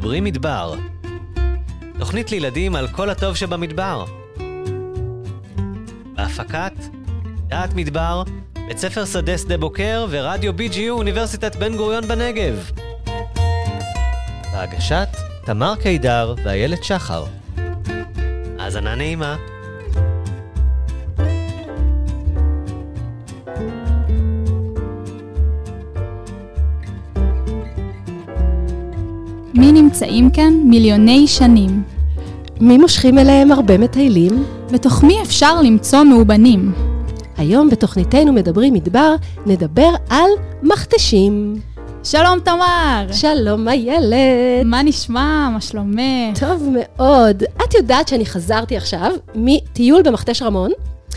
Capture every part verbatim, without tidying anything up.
מדברים מדבר. תוכנית לילדים על כל הטוב שבמדבר. בהפקת דעת מדבר, בית ספר שדה שדה בוקר ורדיו בי ג'י יו אוניברסיטת בן גוריון בנגב. בהגשת תמר קידר ואיילת שחר. האזנה נעימה. מי נמצאים כאן מיליוני שנים? מי מושכים אליהם הרבה מטיילים? בתוך מי אפשר למצוא מאובנים? היום בתוכניתנו מדברים מדבר, נדבר על מכתשים. שלום תמר! שלום איילת! מה נשמע? מה שלומך? טוב מאוד. את יודעת שאני חזרתי עכשיו מטיול במכתש רמון,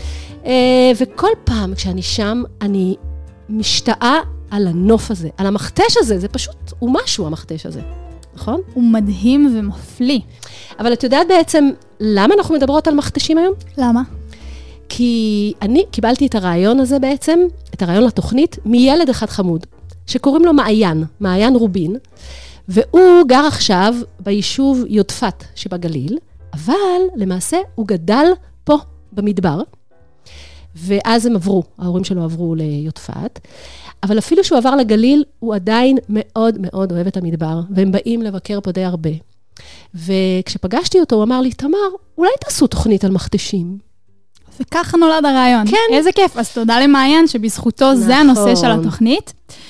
וכל פעם כשאני שם אני משתאה על הנוף הזה, על המכתש הזה, זה פשוט, הוא משהו המכתש הזה. נכון? הוא מדהים ומפליא. אבל את יודעת בעצם למה אנחנו מדברות על מכתשים היום? למה? כי אני קיבלתי את הרעיון הזה בעצם, את הרעיון לתוכנית, מילד אחד חמוד, שקוראים לו מעיין, מעיין רובין, והוא גר עכשיו ביישוב יודפת שבגליל, אבל למעשה הוא גדל פה במדבר, ואז הם עברו, ההורים שלו עברו ליודפת, אבל אפילו שהוא עבר לגליל, הוא עדיין מאוד מאוד אוהב את המדבר, והם באים לבקר פה די הרבה. וכשפגשתי אותו, הוא אמר לי, תמר, אולי תעשו תוכנית על מכתשים. וככה נולד הרעיון. כן. איזה כיף. אז תודה למעיין, שבזכותו נכון. זה הנושא של התוכנית.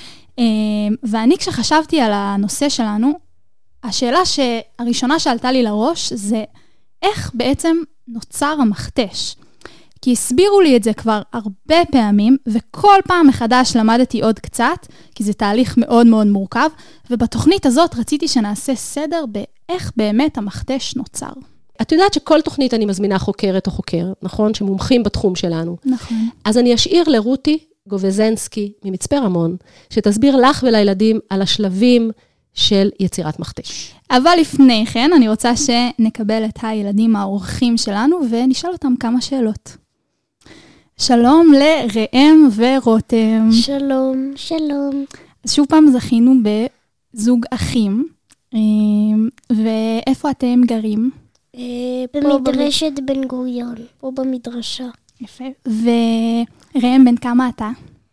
ואני כשחשבתי על הנושא שלנו, השאלה הראשונה שעלתה לי לראש, זה איך בעצם נוצר המכתש. כי הסבירו לי את זה כבר הרבה פעמים, וכל פעם מחדש למדתי עוד קצת, כי זה תהליך מאוד מאוד מורכב, ובתוכנית הזאת רציתי שנעשה סדר באיך באמת המכתש נוצר. את יודעת שכל תוכנית אני מזמינה חוקרת או חוקר, נכון? שמומחים בתחום שלנו. נכון. אז אני אשאיר לרותי גובזנסקי ממצפה רמון, שתסביר לך ולילדים על השלבים של יצירת מכתש. אבל לפני כן, אני רוצה שנקבל את הילדים האורחים שלנו, ונשאל אותם כמה שאלות. שלום לראם ורותם. שלום, שלום. אז שוב פעם זכינו בזוג אחים, ואיפה אתם גרים? במדרשת בן גוריון, פה במדרשה. יפה. וראם, בן כמה אתה?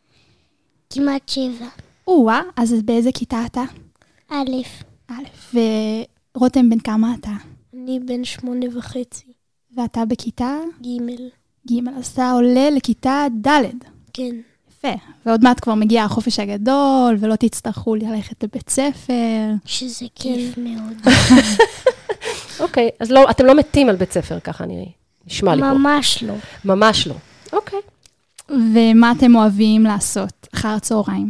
כמעט שבע. או-אה, אז באיזה כיתה אתה? א'. א'. ורותם, בן כמה אתה? אני בן שמונה וחצי. ואתה בכיתה? ג'. ג', אז אתה עולה לכיתה ד'. כן. יפה. ועוד מעט כבר מגיע החופש הגדול, ולא תצטרכו ללכת לבית ספר. שזה כיף מאוד. אוקיי, אז לא, אתם לא מתים על בית ספר, ככה אני נשמע לי פה. ממש לא. ממש לא. אוקיי. ומה אתם אוהבים לעשות אחר הצהריים?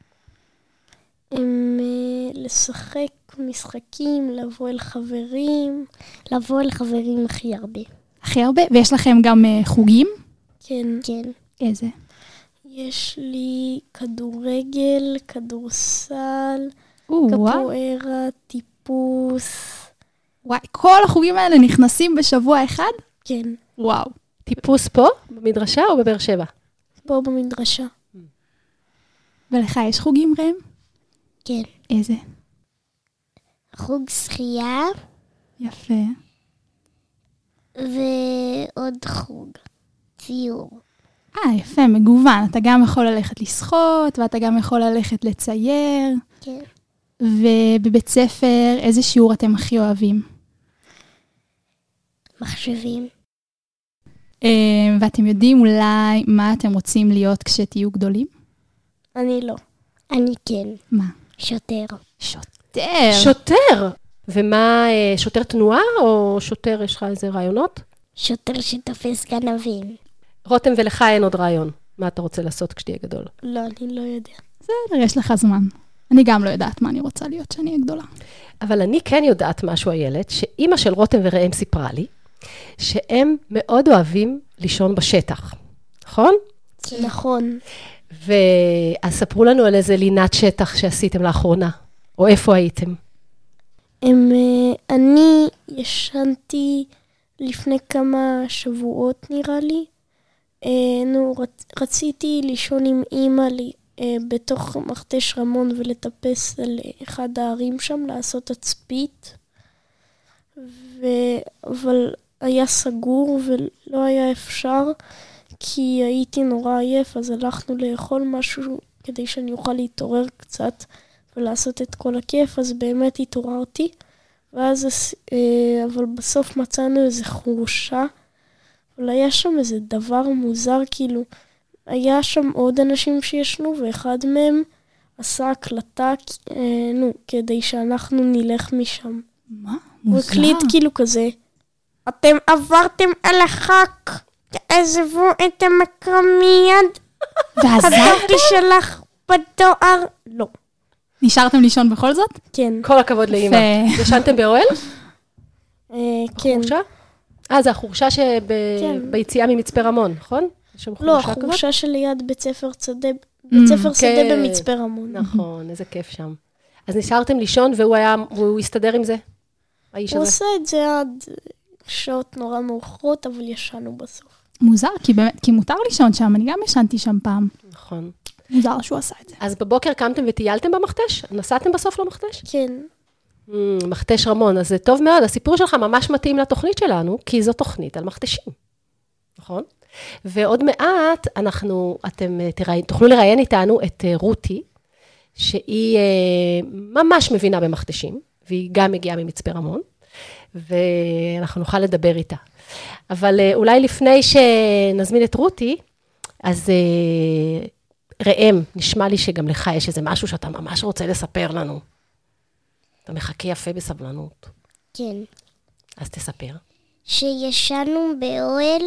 הם, לשחק משחקים, לבוא אל חברים, לבוא אל חברים הכי הרבה. הכי הרבה? ויש לכם גם חוגים? כן. כן. איזה? יש לי כדורגל, כדורסל, וואו. קפוארה, טיפוס. וואי, כל החוגים האלה נכנסים בשבוע אחד? כן. וואו. טיפוס פה, במדרשה או בבאר שבע? פה במדרשה. ולך יש חוגים, ראם? כן. איזה? חוג שחייה. יפה. ועוד חוג. ציור. אה, יפה, מגוון. אתה גם יכול ללכת לשחות, ואתה גם יכול ללכת לצייר. כן. ובבית ספר, איזה שיעור אתם הכי אוהבים? מחשבים. ואתם יודעים אולי מה אתם רוצים להיות כשתהיו גדולים? אני לא. אני כן. מה? שוטר. שוטר. שוטר. ומה, שוטר תנועה או שוטר, יש לך איזה רעיונות? שוטר שתופס גנבים. רותם, ולך אין עוד רעיון. מה אתה רוצה לעשות כשתהיה גדול? לא, אני לא יודע. בסדר, יש לך זמן. אני גם לא יודעת מה אני רוצה להיות שאני אהיה גדולה. אבל אני כן יודעת משהו, איילת, שאימא של רותם וראם סיפרה לי, שהם מאוד אוהבים לישון בשטח. נכון? נכון. ואז ספרו לנו על איזה לינת שטח שעשיתם לאחרונה, או איפה הייתם? הם, אני ישנתי לפני כמה שבועות נראה לי. נו, רציתי לישון עם אמא אה, בתוך מכתש רמון ולטפס על אחד הערים שם, לעשות תצפית. ו... אבל היה סגור ולא היה אפשר, כי הייתי נורא עייף, אז הלכנו לאכול משהו כדי שאני אוכל להתעורר קצת ולעשות את כל הכיף, אז באמת התעוררתי. ואז, אה, אבל בסוף מצאנו איזו חורשה, אבל היה שם איזה דבר מוזר, כאילו, היה שם עוד אנשים שישנו, ואחד מהם עשה הקלטה, אה, נו, כדי שאנחנו נלך משם. מה? הוא מוזר. הקליט כאילו כזה, אתם עברתם על החוק, תעזבו את המקום מיד, ועזבתם? הדף שלך בדואר, לא. נשארתם לישון בכל זאת? כן. כל הכבוד לאמא. יפה. ישנתם באוהל? אה, כן. חורשה? אה, זה החורשה שביציאה ממצפה רמון, נכון? יש שם לא, חורשה כזאת? החורשה שליד בית ספר שדה, בית ספר שדה כן. במצפה רמון. נכון, איזה כיף שם. אז נשארתם לישון והוא היה, והוא הסתדר עם זה? האיש הוא הזה? עושה את זה עד שעות נורא מאוחרות, אבל ישנו בסוף. מוזר, כי באמת, כי מותר לישון שם, אני גם ישנתי שם פעם. נכון. מוזר שהוא עשה את זה. אז בבוקר קמתם וטיילתם במכתש? נסעתם בסוף למכתש? כן. Mm, מכתש רמון, אז זה טוב מאוד. הסיפור שלך ממש מתאים לתוכנית שלנו, כי זו תוכנית על מכתשים. נכון? ועוד מעט אנחנו, אתם תראי, תוכלו לראיין איתנו את רותי, שהיא ממש מבינה במכתשים, והיא גם מגיעה ממצפה רמון, ואנחנו נוכל לדבר איתה. אבל אולי לפני שנזמין את רותי, אז ראם, נשמע לי שגם לך יש איזה משהו שאתה ממש רוצה לספר לנו. אתה מחכה יפה בסבלנות. כן. אז תספר. שישנו באוהל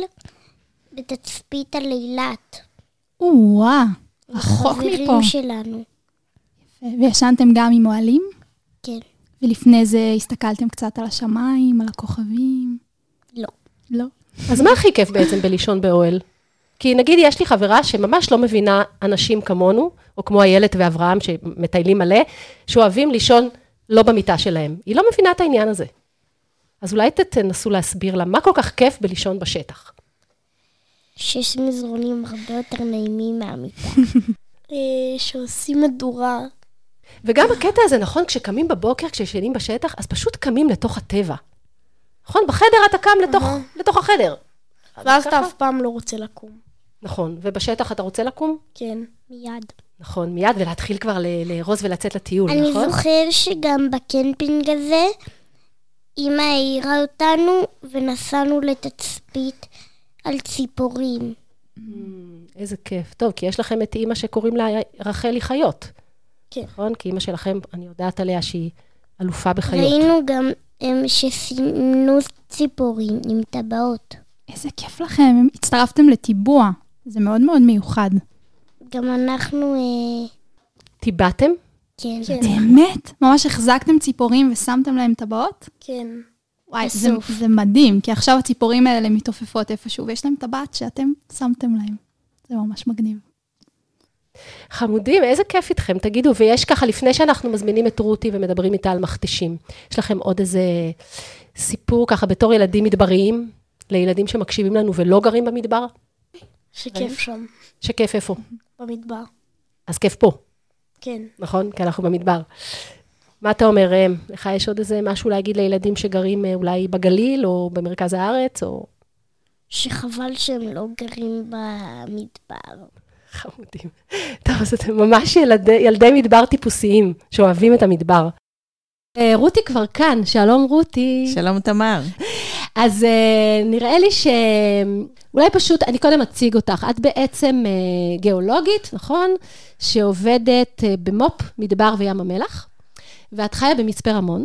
בתצפית על אילת. וואה, רחוק מפה. חברים שלנו. וישנתם גם עם אוהלים? כן. ולפני זה הסתכלתם קצת על השמיים, על הכוכבים? לא. לא. אז מה הכי כיף בעצם בלישון באוהל? כי נגיד יש לי חברה שממש לא מבינה אנשים כמונו, או כמו איילת ואברהם שמטיילים מלא, שאוהבים לישון לא במיטה שלהם. היא לא מבינה את העניין הזה. אז אולי תנסו להסביר לה מה כל כך כיף בלישון בשטח. שיש מזרונים הרבה יותר נעימים מהמיטה. שעושים מדורה. וגם הקטע הזה, נכון, כשקמים בבוקר, כשישנים בשטח, אז פשוט קמים לתוך הטבע. נכון? בחדר אתה קם לתוך, לתוך החדר. ואז אתה אף פעם לא רוצה לקום. נכון, ובשטח אתה רוצה לקום? כן, מיד. נכון, מיד, ולהתחיל כבר לארוז ולצאת לטיול, נכון? אני זוכר שגם בקמפינג הזה, אמא העירה אותנו ונסענו לתצפית על ציפורים. איזה כיף. טוב, כי יש לכם את אמא שקוראים לה רחלי חיות. כן. נכון? כי אמא שלכם, אני יודעת עליה שהיא אלופה בחיות. ראינו גם שסימנו ציפורים עם טבעות. איזה כיף לכם, הצטרפתם לטיבוע. זה מאוד מאוד מיוחד. גם אנחנו... טיבעתם? כן. באמת? ממש החזקתם ציפורים ושמתם להם טבעות? כן. וואי, זה, זה מדהים, כי עכשיו הציפורים האלה מתעופפות איפשהו, ויש להם טבעת שאתם שמתם להם. זה ממש מגניב. חמודים, איזה כיף איתכם, תגידו, ויש ככה, לפני שאנחנו מזמינים את רותי ומדברים איתה על מכתשים, יש לכם עוד איזה סיפור ככה בתור ילדים מדבריים, לילדים שמקשיבים לנו ולא גרים במדבר? שכיף שם. שכיף איפה? במדבר. אז כיף פה. כן. נכון? כי אנחנו במדבר. מה אתה אומר, ראם? לך יש עוד איזה משהו להגיד לילדים שגרים אולי בגליל או במרכז הארץ, או... שחבל שהם לא גרים במדבר. חמודים. טוב, אז אתם ממש ילדי, ילדי מדבר טיפוסיים, שאוהבים את המדבר. רותי כבר כאן, שלום רותי. שלום תמר. אז נראה לי שאולי פשוט, אני קודם אציג אותך, את בעצם גיאולוגית, נכון? שעובדת במו"פ מדבר וים המלח, ואת חיה במצפה רמון,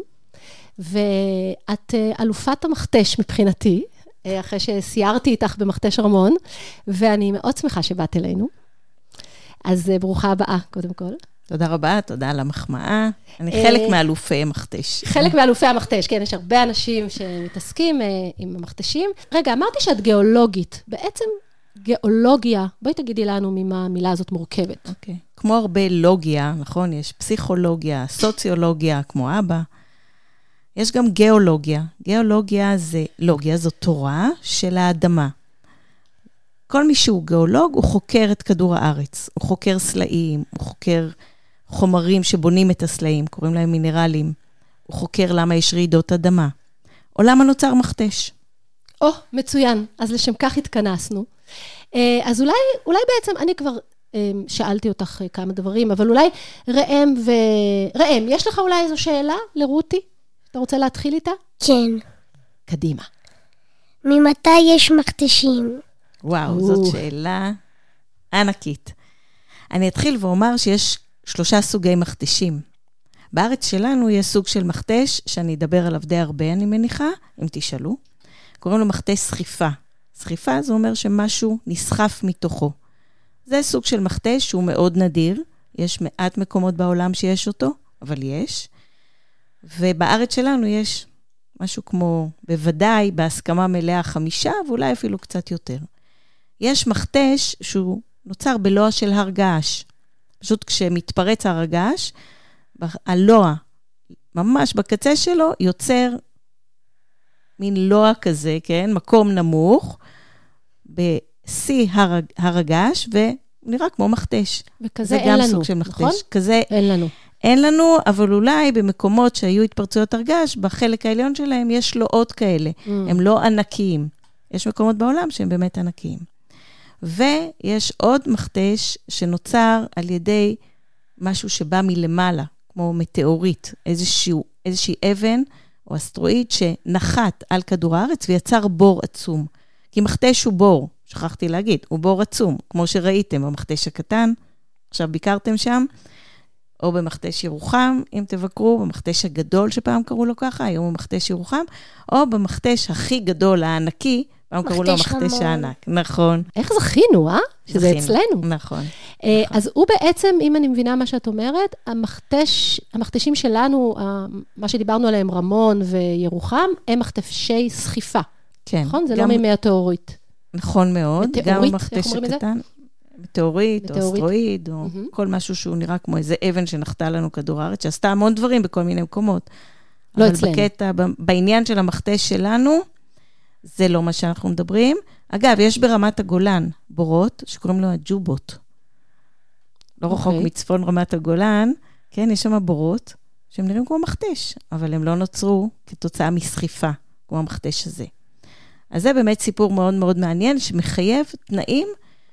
ואת אלופת המכתש מבחינתי, אחרי שסיירתי איתך במכתש רמון, ואני מאוד שמחה שבאת אלינו. אז ברוכה הבאה, קודם כל. תודה רבה, תודה על המחמאה. אני חלק מאלופי המכתש. חלק מאלופי המכתש, כן, יש הרבה אנשים שמתעסקים עם המכתשים. רגע, אמרתי שאת גיאולוגית. בעצם גיאולוגיה, בואי תגידי לנו ממה המילה הזאת מורכבת. אוקיי. כמו הרבה לוגיה, נכון? יש פסיכולוגיה, סוציולוגיה, כמו אבא. יש גם גיאולוגיה. גיאולוגיה זה, לוגיה זו תורה של האדמה. כל מי שהוא גיאולוג, הוא חוקר את כדור הארץ. הוא חוקר סלעים, הוא חוקר חומרים שבונים את הסלעים, קוראים להם מינרלים. הוא חוקר למה יש רעידות אדמה. או למה נוצר מכתש. או, מצוין. אז לשם כך התכנסנו. אז אולי, אולי בעצם, אני כבר שאלתי אותך כמה דברים, אבל אולי ראם ו... ראם, יש לך אולי איזו שאלה לרותי? אתה רוצה להתחיל איתה? כן. קדימה. ממתי יש מכתשים? וואו, זאת שאלה ענקית. אני אתחיל ואומר שיש שלושה סוגי מכתשים. בארץ שלנו יש סוג של מכתש, שאני אדבר עליו די הרבה, אני מניחה, אם תשאלו. קוראים לו מכתש סחיפה. סחיפה זה אומר שמשהו נסחף מתוכו. זה סוג של מכתש שהוא מאוד נדיר. יש מעט מקומות בעולם שיש אותו, אבל יש. ובארץ שלנו יש משהו כמו, בוודאי, בהסכמה מלאה חמישה, ואולי אפילו קצת יותר. יש מכתש שהוא נוצר בלוע של הר געש. פשוט כשמתפרץ הר געש, הלוע, ממש בקצה שלו, יוצר מין לוע כזה, כן? מקום נמוך, בשיא הר, הר הגעש, ונראה כמו מכתש. וכזה אין לנו, סוג של מכתש. נכון? כזה אין לנו. אין לנו, אבל אולי במקומות שהיו התפרצויות הר געש, בחלק העליון שלהם יש לועות כאלה. Mm. הם לא ענקיים. יש מקומות בעולם שהם באמת ענקיים. ויש עוד מכתש שנוצר על ידי משהו שבא מלמעלה, כמו מטאורית, איזשהו, איזושהי אבן או אסטרואיד שנחת על כדור הארץ ויצר בור עצום. כי מכתש הוא בור, שכחתי להגיד, הוא בור עצום, כמו שראיתם במכתש הקטן, עכשיו ביקרתם שם, או במכתש ירוחם, אם תבקרו, במכתש הגדול שפעם קראו לו ככה, היום הוא מכתש ירוחם, או במכתש הכי גדול, הענקי, פעם קראו לו מכתש הענק. נכון. איך זכינו, אה? שזה אצלנו. נכון. אז הוא בעצם, אם אני מבינה מה שאת אומרת, המכתש, המכתשים שלנו, מה שדיברנו עליהם, רמון וירוחם, הם מכתשי סחיפה. כן. נכון? זה לא מימי התיאורית. נכון מאוד. גם המכתש הקטן. מטאורית, או אסטרואיד, או mm-hmm. כל משהו שהוא נראה כמו איזה אבן שנחתה לנו כדור הארץ, שעשתה המון דברים בכל מיני מקומות. לא אבל אצלנו. בקטע, בעניין של המכתש שלנו, זה לא מה שאנחנו מדברים. אגב, יש ברמת הגולן בורות, שקוראים לו הג'ובות. לא רחוק okay. מצפון רמת הגולן, כן, יש שם בורות, שהם נראים כמו מכתש, אבל הם לא נוצרו כתוצאה מסחיפה, כמו המכתש הזה. אז זה באמת סיפור מאוד מאוד מעניין, שמחייב תנאים,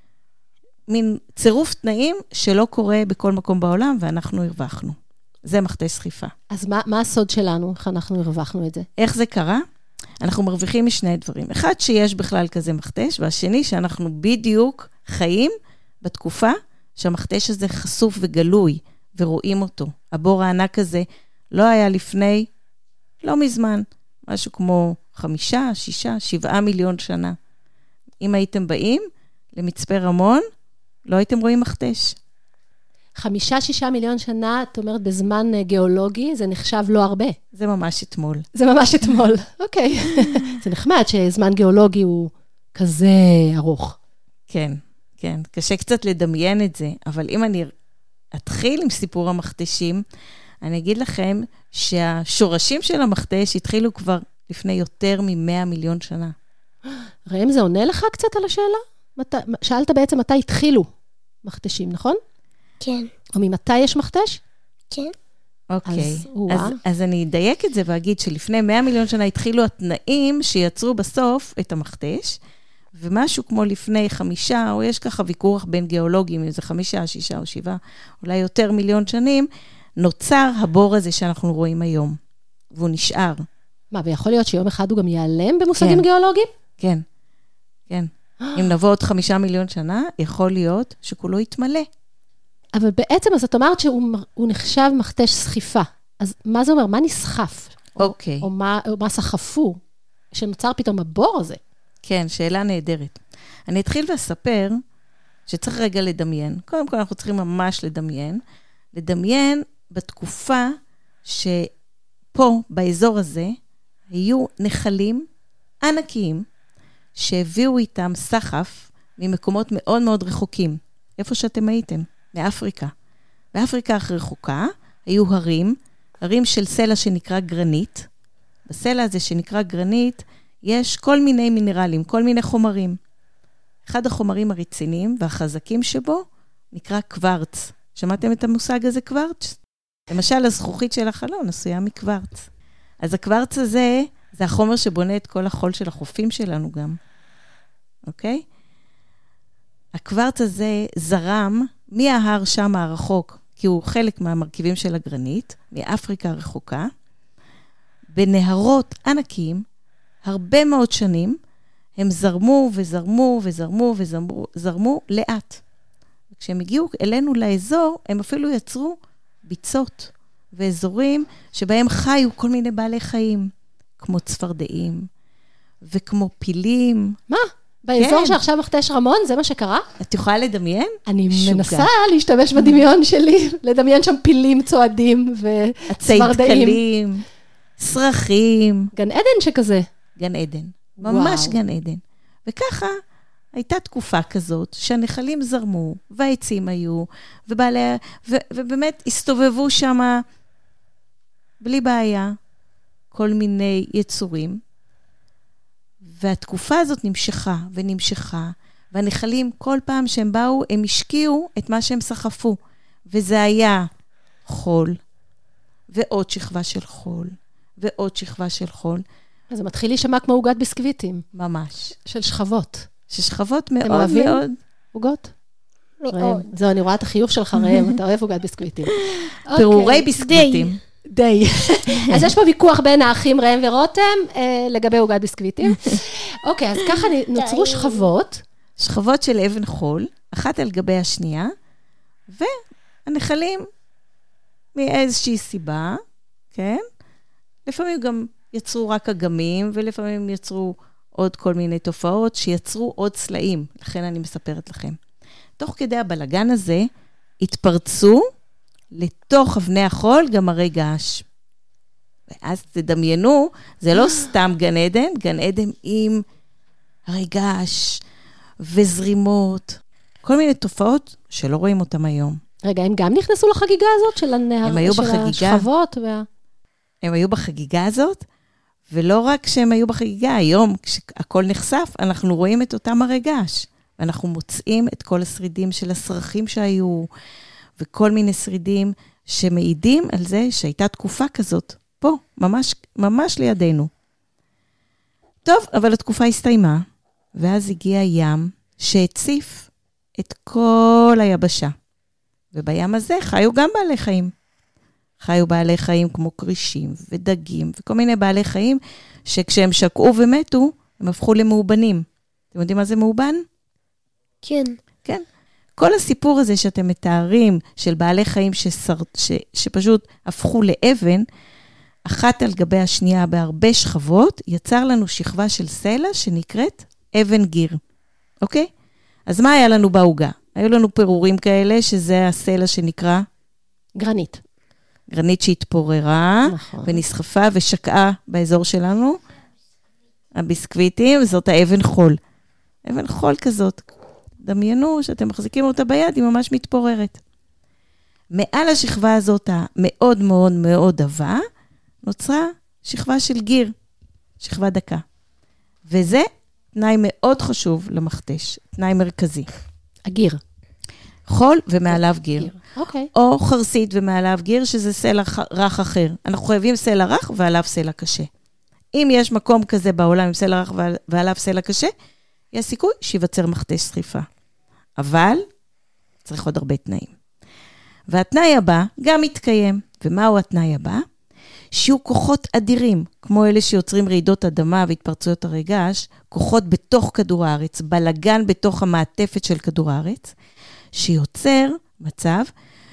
מין צירוף תנאים שלא קורה בכל מקום בעולם, ואנחנו הרווחנו. זה מכתש סחיפה. אז מה, מה הסוד שלנו? איך אנחנו הרווחנו את זה? איך זה קרה? אנחנו מרוויחים משני דברים. אחד, שיש בכלל כזה מכתש, והשני, שאנחנו בדיוק חיים בתקופה שהמכתש הזה חשוף וגלוי, ורואים אותו. הבור הענק הזה לא היה לפני, לא מזמן, משהו כמו חמישה, שישה, שבעה מיליון שנה. אם הייתם באים למצפה רמון, לא הייתם רואים מכתש. חמישה, שישה מיליון שנה, את אומרת, בזמן גיאולוגי, זה נחשב לא הרבה. זה ממש אתמול. זה ממש אתמול, אוקיי. זה נחמד שזמן גיאולוגי הוא כזה ארוך. כן, כן. קשה קצת לדמיין את זה, אבל אם אני אתחיל עם סיפור המכתשים, אני אגיד לכם שהשורשים של המכתש התחילו כבר לפני יותר מ-מאה מיליון שנה. ראם, זה עונה לך קצת על השאלה? מת... שאלת בעצם מתי התחילו מכתשים, נכון? כן. או ממתי יש מכתש? כן. אוקיי. אז, אז, אז אני אדייק את זה ואגיד שלפני מאה מיליון שנה התחילו התנאים שיצרו בסוף את המכתש, ומשהו כמו לפני חמישה, או יש ככה ויכוח בין גיאולוגים, אם זה חמישה, שישה או שבעה, אולי יותר מיליון שנים, נוצר הבור הזה שאנחנו רואים היום, והוא נשאר. מה, ויכול להיות שיום אחד הוא גם ייעלם במושגים כן. גיאולוגיים? כן, כן. אם נבוא עוד חמישה מיליון שנה, יכול להיות שכולו יתמלא. אבל בעצם, אז את אומרת שהוא נחשב מכתש סחיפה. אז מה זה אומר? מה נסחף? אוקיי. או, או, מה, או מה סחפו? שנוצר פתאום הבור הזה? כן, שאלה נהדרת. אני אתחיל ואספר שצריך רגע לדמיין. קודם כל אנחנו צריכים ממש לדמיין. לדמיין בתקופה שפה, באזור הזה, היו נחלים ענקיים, שהביאו איתם סחף ממקומות מאוד מאוד רחוקים. איפה שאתם הייתם? מאפריקה. באפריקה הכי רחוקה היו הרים, הרים של סלע שנקרא גרנית. בסלע הזה שנקרא גרנית, יש כל מיני מינרלים, כל מיני חומרים. אחד החומרים הרציניים והחזקים שבו נקרא קוורץ. שמעתם את המושג הזה קוורץ? למשל, הזכוכית של החלון עשויה מקוורץ. אז הקוורץ הזה, זה החומר שבונה את כל החול של החופים שלנו גם. אוקיי? הקוורץ הזה זרם מההר שם הרחוק, כי הוא חלק מהמרכיבים של הגרנית, מאפריקה הרחוקה, בנהרות ענקיים, הרבה מאוד שנים, הם זרמו וזרמו וזרמו וזרמו זרמו לאט. כשהם הגיעו אלינו לאזור, הם אפילו יצרו ביצות ואזורים שבהם חיו כל מיני בעלי חיים, כמו צפרדעים וכמו פילים. מה? באזור כן. שעכשיו מכתש רמון, זה מה שקרה? את יכולה לדמיין? אני שוגע. מנסה להשתמש בדמיון שלי, לדמיין שם פילים צועדים עצי וצפרדעים. דקלים, סרחים. גן עדן שכזה. גן עדן. ממש וואו. גן עדן. וככה הייתה תקופה כזאת שהנחלים זרמו, והעצים היו, ובעלי, ו, ובאמת הסתובבו שם בלי בעיה כל מיני יצורים. והתקופה הזאת נמשכה ונמשכה, והנחלים כל פעם שהם באו, הם השקיעו את מה שהם סחפו. וזה היה חול, ועוד שכבה של חול, ועוד שכבה של חול. אז זה מתחיל להישמע כמו עוגת ביסקוויטים. ממש. של שכבות. ששכבות מאוד אוהבים? מאוד. עוגות? מאוד. ראם. זהו, אני רואה את החיוך שלך, ראם, אתה אוהב עוגת ביסקוויטים. פירורי ביסקוויטים. די. אז יש פה ויכוח בין האחים ראם ורותם אה, לגבי עוגת ביסקוויטים. אוקיי, אז ככה נוצרו שכבות. שכבות של אבן חול, אחת על גבי השנייה, והנחלים מאיזושהי סיבה, כן? לפעמים גם יצרו רק אגמים, ולפעמים יצרו עוד כל מיני תופעות שיצרו עוד סלעים, לכן אני מספרת לכם. תוך כדי הבלגן הזה, התפרצו לתוך אבני החול גם הרי געש. ואז תדמיינו, זה לא סתם גן עדן, גן עדן עם הרי געש וזרימות, כל מיני תופעות שלא רואים אותם היום. רגע, הם גם נכנסו לחגיגה הזאת של הנהר, הם היו של בחגיגה. השכבות? וה... הם היו בחגיגה הזאת, ולא רק שהם היו בחגיגה, היום כשהכל נחשף, אנחנו רואים את אותם הרי געש, ואנחנו מוצאים את כל השרידים של הסרחים שהיו, וכל מיני שרידים שמעידים על זה שהייתה תקופה כזאת, פה, ממש, ממש לידינו. טוב, אבל התקופה הסתיימה, ואז הגיע ים שהציף את כל היבשה. ובים הזה חיו גם בעלי חיים. חיו בעלי חיים כמו קרישים ודגים, וכל מיני בעלי חיים שכשהם שקעו ומתו, הם הפכו למאובנים. אתם יודעים מה זה מאובן? כן. כן. כל הסיפור הזה שאתם מתארים, של בעלי חיים ששר, ש, שפשוט הפכו לאבן, אחת על גבי השנייה בהרבה שכבות, יצר לנו שכבה של סלע שנקראת אבן גיר. אוקיי? אז מה היה לנו בעוגה? היו לנו פירורים כאלה, שזה הסלע שנקרא גרנית. גרנית שהתפוררה, נכון. ונסחפה ושקעה באזור שלנו. הביסקוויטים, זאת האבן חול. אבן חול כזאת. דמיינו שאתם מחזיקים אותה ביד, היא ממש מתפוררת. מעל השכבה הזאת, המאוד מאוד מאוד עבה, נוצרה שכבה של גיר, שכבה דקה. וזה תנאי מאוד חשוב למכתש, תנאי מרכזי. הגיר. חול ומעליו גיר. גיר. אוקיי. או חרסית ומעליו גיר, שזה סלע רך אחר. אנחנו חייבים סלע רך ועליו סלע קשה. אם יש מקום כזה בעולם עם סלע רך ועליו סלע קשה, יש סיכוי שיווצר מכתש שריפה. אבל צריך עוד הרבה תנאים. והתנאי הבא גם מתקיים. ומהו התנאי הבא? שיהיו כוחות אדירים, כמו אלה שיוצרים רעידות אדמה והתפרצויות הרי געש, כוחות בתוך כדור הארץ, בלגן בתוך המעטפת של כדור הארץ, שיוצר מצב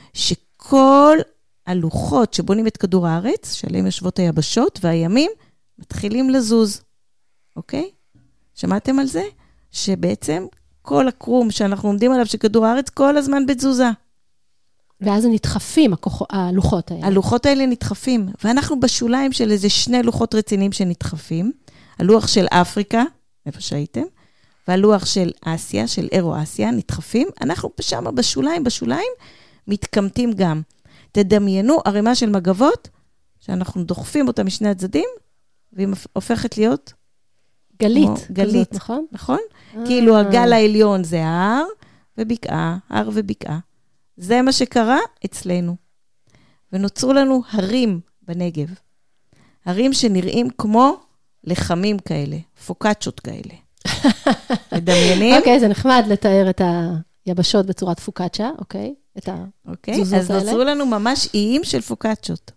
שכל הלוחות שבונים את כדור הארץ, שעליהם יושבות היבשות והימים, מתחילים לזוז. אוקיי? שמעתם על זה? שבעצם כל הקרום שאנחנו עומדים עליו של כדור הארץ, כל הזמן בתזוזה. ואז הם נדחפים, הכוח... הלוחות האלה. הלוחות האלה נדחפים, ואנחנו בשוליים של איזה שני לוחות רציניים שנדחפים. הלוח של אפריקה, איפה שהייתם, והלוח של אסיה, של אירו-אסיה, נדחפים. אנחנו שם בשוליים, בשוליים, מתקמטים גם. תדמיינו ערימה של מגבות, שאנחנו דוחפים אותה משני הצדדים, והיא הופכת להיות גלית. גלית, כזאת, נכון? נכון? כאילו הגל העליון זה ההר ובקעה, הר ובקעה. זה מה שקרה אצלנו. ונוצרו לנו הרים בנגב. הרים שנראים כמו לחמים כאלה, פוקצ'ות כאלה. מדמיינים? אוקיי, זה נחמד לתאר את היבשות בצורת פוקצ'ה, אוקיי? את התזוזות האלה. אז נוצרו לנו ממש איים של פוקצ'ות.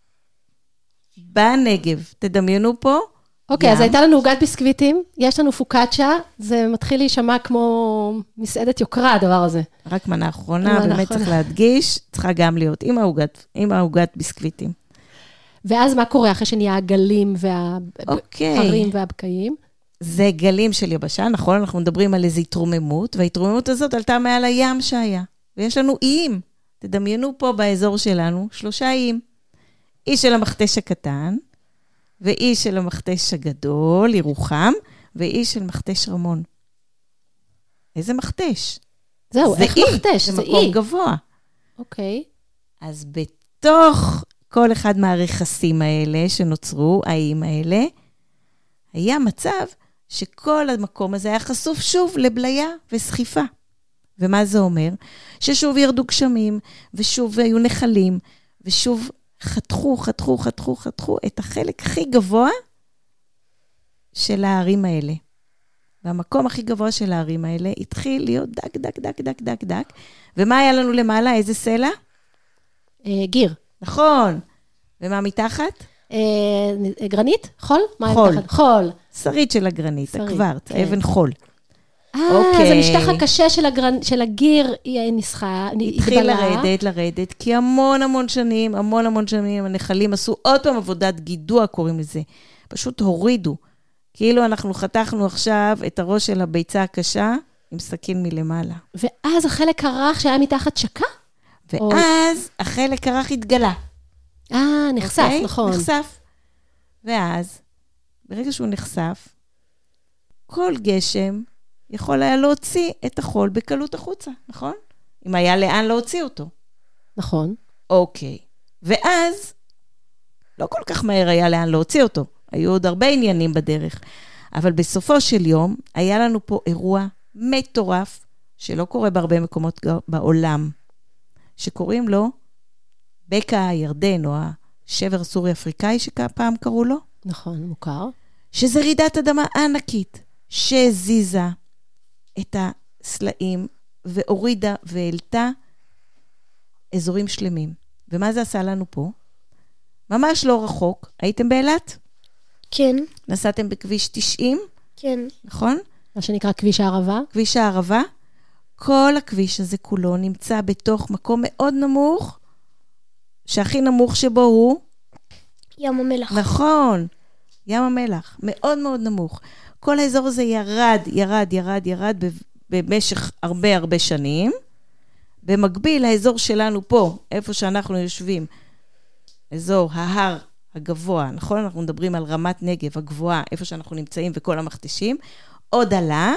בנגב, תדמיינו פה. אוקיי, אז הייתה לנו עוגת ביסקוויטים, יש לנו פוקצ'ה, זה מתחיל להישמע כמו מסעדת יוקרה, הדבר הזה. רק מנה אחרונה, באמת צריך להדגיש, צריכה גם להיות עם העוגת, עם העוגת ביסקוויטים. ואז מה קורה אחרי שנהיה הגלים וההרים והבקעים? זה גלים של יבשה, נכון? אנחנו מדברים על איזו התרוממות, וההתרוממות הזאת עלתה מעל הים שהיה. ויש לנו איים. תדמיינו פה באזור שלנו שלושה איים. אי של המכתש הקטן, ואי של המכתש הגדול, ירוחם, ואי של מכתש רמון. איזה מכתש? זהו, איך אי, מכתש? זה, זה מקום אי. גבוה. אוקיי. אז בתוך כל אחד מהרכסים האלה שנוצרו, האיים האלה, היה מצב שכל המקום הזה היה חשוף שוב לבליה וסחיפה. ומה זה אומר? ששוב ירדו גשמים, ושוב היו נחלים, ושוב חתכו, חתכו, חתכו, חתכו את החלק הכי גבוה של הערים האלה. והמקום הכי גבוה של הערים האלה התחיל להיות דק, דק, דק, דק, דק, דק. ומה היה לנו למעלה? איזה סלע? אה, גיר. נכון. ומה מתחת? אה, גרנית? חול? חול. מה חול. שרית של הגרנית, שרית, הקוורץ, כן. אבן חול. אה, אוקיי. אז המשטח הקשה של, הגרנ... של הגיר נסחה, התחיל לרדת, לרדת, כי המון המון שנים, המון המון שנים, הנחלים עשו עוד פעם עבודת גידוע, קוראים לזה. פשוט הורידו. כאילו אנחנו חתכנו עכשיו את הראש של הביצה הקשה, עם סכין מלמעלה. ואז החלק הרך שהיה מתחת שקע? ואז או... החלק הרך התגלה. אה, נחשף, אוקיי? נכון. נחשף. ואז, ברגע שהוא נחשף, כל גשם יכול היה להוציא את החול בקלות החוצה, נכון? אם היה לאן להוציא אותו. נכון. אוקיי. ואז, לא כל כך מהר היה לאן להוציא אותו. היו עוד הרבה עניינים בדרך. אבל בסופו של יום, היה לנו פה אירוע מטורף, שלא קורה בהרבה מקומות בעולם, שקוראים לו בקע הירדן, או השבר הסורי-אפריקאי שפעם קראו לו. נכון, מוכר. שזה רעידת אדמה ענקית, שהזיזה את הסלעים, והורידה והעלתה אזורים שלמים. ומה זה עשה לנו פה? ממש לא רחוק. הייתם באילת? כן. נסעתם בכביש תשעים? כן. נכון? מה שנקרא כביש הערבה. כביש הערבה. כל הכביש הזה כולו נמצא בתוך מקום מאוד נמוך, שהכי נמוך שבו הוא? ים המלח. נכון. ים המלח. מאוד מאוד נמוך. כל האזור הזה ירד, ירד, ירד, ירד במשך הרבה הרבה שנים. במקביל, האזור שלנו פה, איפה שאנחנו יושבים, אזור ההר הגבוה, נכון? אנחנו מדברים על רמת נגב הגבוהה, איפה שאנחנו נמצאים וכל המכתשים, עוד עלה,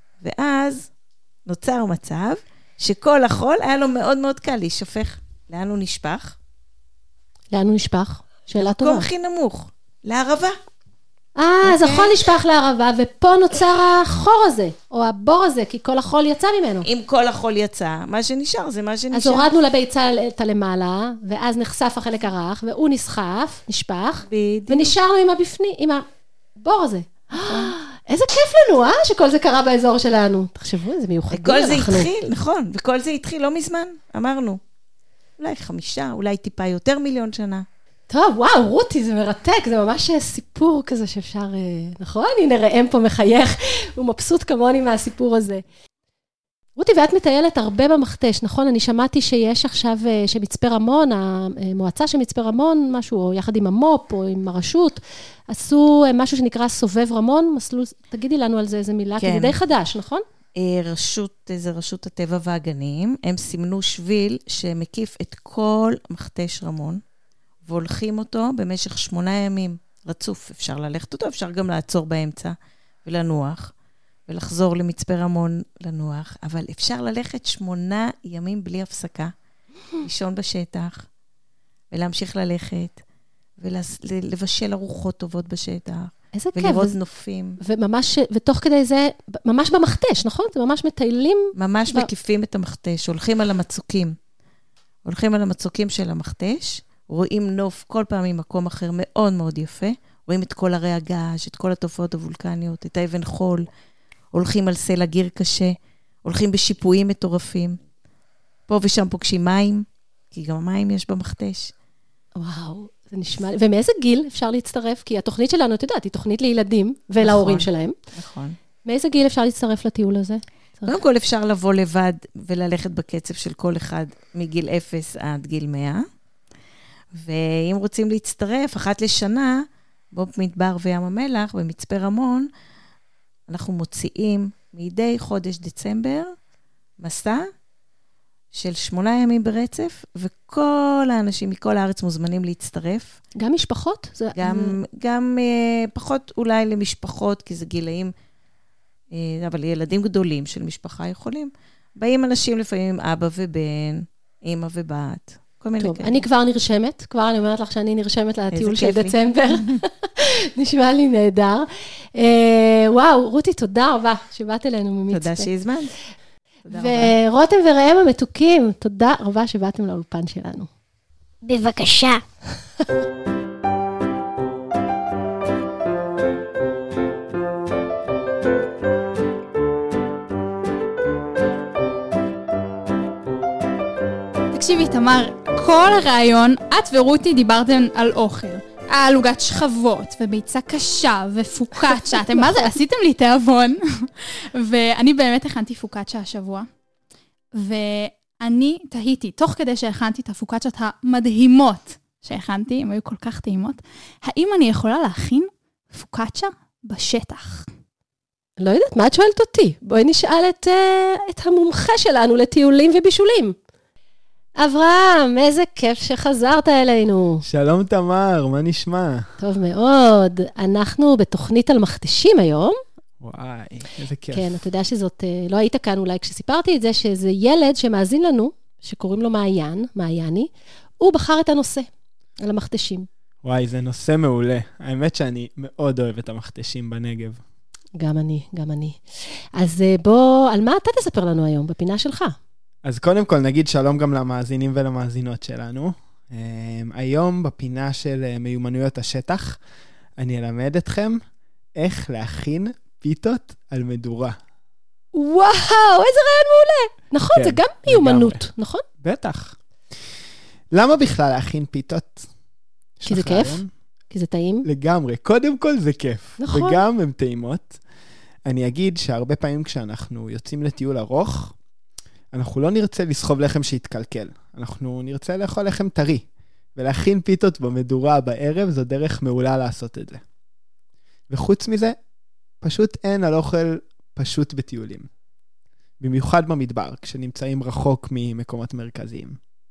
ואז נוצר מצב שכל החול היה לו מאוד מאוד קל להישפך. לאן הוא נשפך? לאן הוא נשפך? שאלה טובה. במקום הכי נמוך, לערבה. אה, אז החול נשפך לערבה, ופה נוצר החור הזה, או הבור הזה, כי כל החול יצא ממנו. אם כל החול יצא, מה שנשאר זה מה שנשאר. אז הורדנו לביצה את הלמעלה, ואז נחשף החלק הרך, והוא נסחף, נשפך, בדיוק. ונשארנו עם הבפני, עם הבור הזה. איזה כיף לנו, אה? שכל זה קרה באזור שלנו. תחשבו, איזה מיוחדים כל זה אנחנו. התחיל, נכון, וכל זה התחיל לא מזמן, אמרנו. אולי חמישה, אולי טיפה יותר מיליון שנה. טוב, וואו, רותי, זה מרתק, זה ממש סיפור כזה שאפשר, נכון? הנה ראם פה מחייך, הוא מבסוט כמוני מהסיפור הזה. רותי, ואת מטיילת הרבה במכתש, נכון? אני שמעתי שיש עכשיו, שמצפה רמון, המועצה של מצפה רמון, משהו, או יחד עם המופ, או עם הרשות, עשו משהו שנקרא סובב רמון, מסלול, תגידי לנו על זה איזה מילה, כן. כי זה די חדש, נכון? רשות, זה רשות הטבע והגנים, הם סימנו שביל שמקיף את כל מכתש רמון, והולכים אותו במשך שמונה ימים רצוף. אפשר ללכת אותו, אפשר גם לעצור באמצע ולנוח, ולחזור למצפה רמון לנוח, אבל אפשר ללכת שמונה ימים בלי הפסקה, לישון בשטח, ולהמשיך ללכת, ולבשל ארוחות טובות בשטח, איזה כיף. ולראות נופים. וממש, ותוך כדי זה, ממש במכתש, נכון? זה ממש מטיילים. ממש מקיפים את המכתש, הולכים על המצוקים. הולכים על המצוקים של המכתש, רואים נוף כל פעם ממקום אחר מאוד מאוד יפה, רואים את כל הרי הגעש, את כל התופעות הוולקניות, את האבן חול, הולכים על סלע גיר קשה, הולכים בשיפועים מטורפים, פה ושם פוגשים מים, כי גם המים יש במכתש. וואו, זה נשמע... ומאיזה גיל אפשר להצטרף? כי התוכנית שלנו, את יודעת, היא תוכנית לילדים ולהורים נכון, שלהם. נכון. מאיזה גיל אפשר להצטרף לטיול הזה? קודם כל אפשר לבוא לבד וללכת בקצב של כל אחד מגיל אפס עד גיל מאה. ואם רוצים להצטרף, אחת לשנה, בוב מדבר וים המלח, במצפה רמון, אנחנו מוציאים מדי חודש דצמבר מסע של שמונה ימים ברצף, וכל האנשים מכל הארץ מוזמנים להצטרף. גם משפחות? זה... גם, גם אה, פחות אולי למשפחות, כי זה גילאים, אה, אבל ילדים גדולים של משפחה יכולים. באים אנשים לפעמים אבא ובן, אמא ובת, כל מיני טוב, כאלה. אני כבר נרשמת, כבר אני אומרת לך שאני נרשמת לטיול של דצמבר. נשמע לי נהדר. אה, וואו, רותי, תודה רבה שבאת אלינו ממצפה. תודה שהזמנת. ורותם וראם המתוקים, תודה רבה שבאתם לאולפן שלנו. בבקשה. תקשיבי, תמר, כל הרעיון, את ורותי דיברתם על אוכל. על עוגת שכבות, וביצה קשה, ופוקצ'ה. אתם מה זה? עשיתם לי תיאבון. ואני באמת הכנתי פוקצ'ה השבוע. ואני תהיתי, תוך כדי שהכנתי את הפוקצ'ות המדהימות שהכנתי, הן היו כל כך טעימות, האם אני יכולה להכין פוקצ'ה בשטח? לא יודעת, מה את שואלת אותי? בואי נשאל את, uh, את המומחה שלנו לטיולים ובישולים. אברהם, איזה כיף שחזרת אלינו. שלום תמר, מה נשמע? טוב מאוד. אנחנו בתוכנית על מכתשים היום. וואי, איזה כיף. כן, אתה יודע שזאת, לא היית כאן אולי כשסיפרתי את זה, שזה ילד שמאזין לנו, שקוראים לו מעיין, מעייני, הוא בחר את הנושא על המכתשים. וואי, זה נושא מעולה. האמת שאני מאוד אוהב את המכתשים בנגב. גם אני, גם אני. אז בוא, על מה אתה תספר לנו היום, בפינה שלך? אז קודם כל נגיד שלום גם למאזינים ולמאזינות שלנו. היום בפינה של מיומנויות השטח, אני אלמד אתכם איך להכין פיתות על מדורה. וואו, איזה רעיון מעולה. נכון, כן, זה גם מיומנות, לגמרי. נכון? בטח. למה בכלל להכין פיתות? כי זה כיף? כי זה טעים? לגמרי. קודם כל זה כיף. נכון. וגם הן טעימות. אני אגיד שהרבה פעמים כשאנחנו יוצאים לטיול ארוך, אנחנו לא נרצה לסחוב לחם שיתקלקל. אנחנו נרצה לאכול לחם טרי. ולהכין פיתות במדורה בערב, זו דרך מעולה לעשות את זה. וחוץ מזה, פשוט אין על אוכל פשוט בטיולים. במיוחד במדבר, כשנמצאים רחוק ממקומות מרכזיים.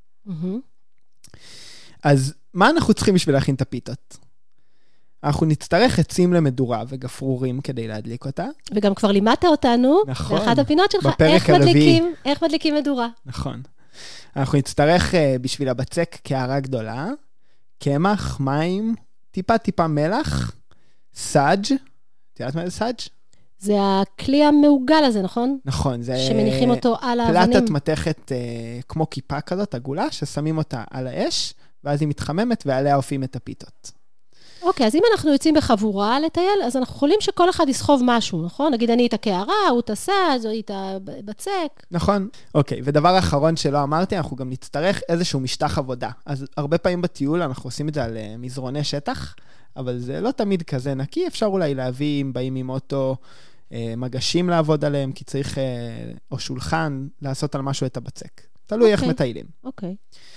Mm-hmm. אז מה אנחנו צריכים בשביל להכין את הפיתות? אנחנו נצטרך עצים למדורה וגפרורים כדי להדליק אותה. וגם כבר לימדת אותנו, נכון, באחת הפינות שלך, בפרק איך הרביעי. מדליקים, איך מדליקים מדורה. נכון. אנחנו נצטרך uh, בשביל הבצק קערה גדולה, קמח, מים, טיפה טיפה מלח, סאג'. את יודעת מה זה סאג'? זה הכלי המעוגל הזה, נכון? נכון, זה... שמניחים אותו על האבנים. פלטת מתכת uh, כמו כיפה כזאת, עגולה, ששמים אותה על האש, ואז היא מתחממת ועליה אופים את הפיתות. אוקיי, אז אם אנחנו יוצאים בחבורה לטייל, אז אנחנו יכולים שכל אחד יסחוב משהו, נכון? נגיד אני את הקערה, הוא את הסאג', או את הבצק. נכון. אוקיי, ודבר אחרון שלא אמרתי, אנחנו גם נצטרך איזשהו משטח עבודה. אז הרבה פעמים בטיול אנחנו עושים את זה על uh, מזרוני שטח, אבל זה לא תמיד כזה נקי, אפשר אולי להביא, אם באים עם אוטו, uh, מגשים לעבוד עליהם, כי צריך, uh, או שולחן, לעשות על משהו את הבצק. תלוי איך מטיילים. אוקיי.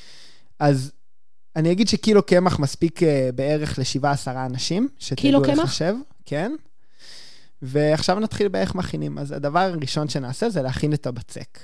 אז אני אגיד שקילו קמח מספיק uh, בערך לשבעה עשרה אנשים, קילו קמח? לחשב, כן. ועכשיו נתחיל באיך מכינים. אז הדבר הראשון שנעשה זה להכין את הבצק.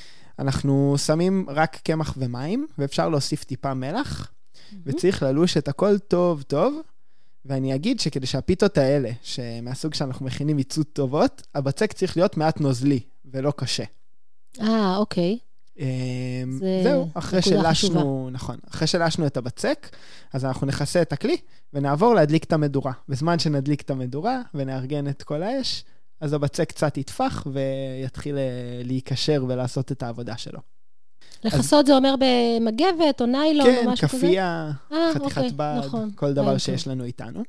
אנחנו שמים רק קמח ומים, ואפשר להוסיף טיפה מלח, mm-hmm. וצריך ללוש את הכל טוב טוב, ואני אגיד שכדי שהפיתות האלה, שמהסוג שאנחנו מכינים יצאו טובות, הבצק צריך להיות מעט נוזלי, ולא קשה. אה, אוקיי. זהו, אחרי שלשנו, נכון, אחרי שלשנו את הבצק, אז אנחנו נכסה את הכלי ונעבור להדליק את המדורה. בזמן שנדליק את המדורה ונארגן את כל האש, אז הבצק קצת יתפח ויתחיל להיקשר ולעשות את העבודה שלו. לחסות זה אומר במגבת או ניילון או משהו כזה? כן, כפייה, חתיכת בד, כל דבר שיש לנו איתנו.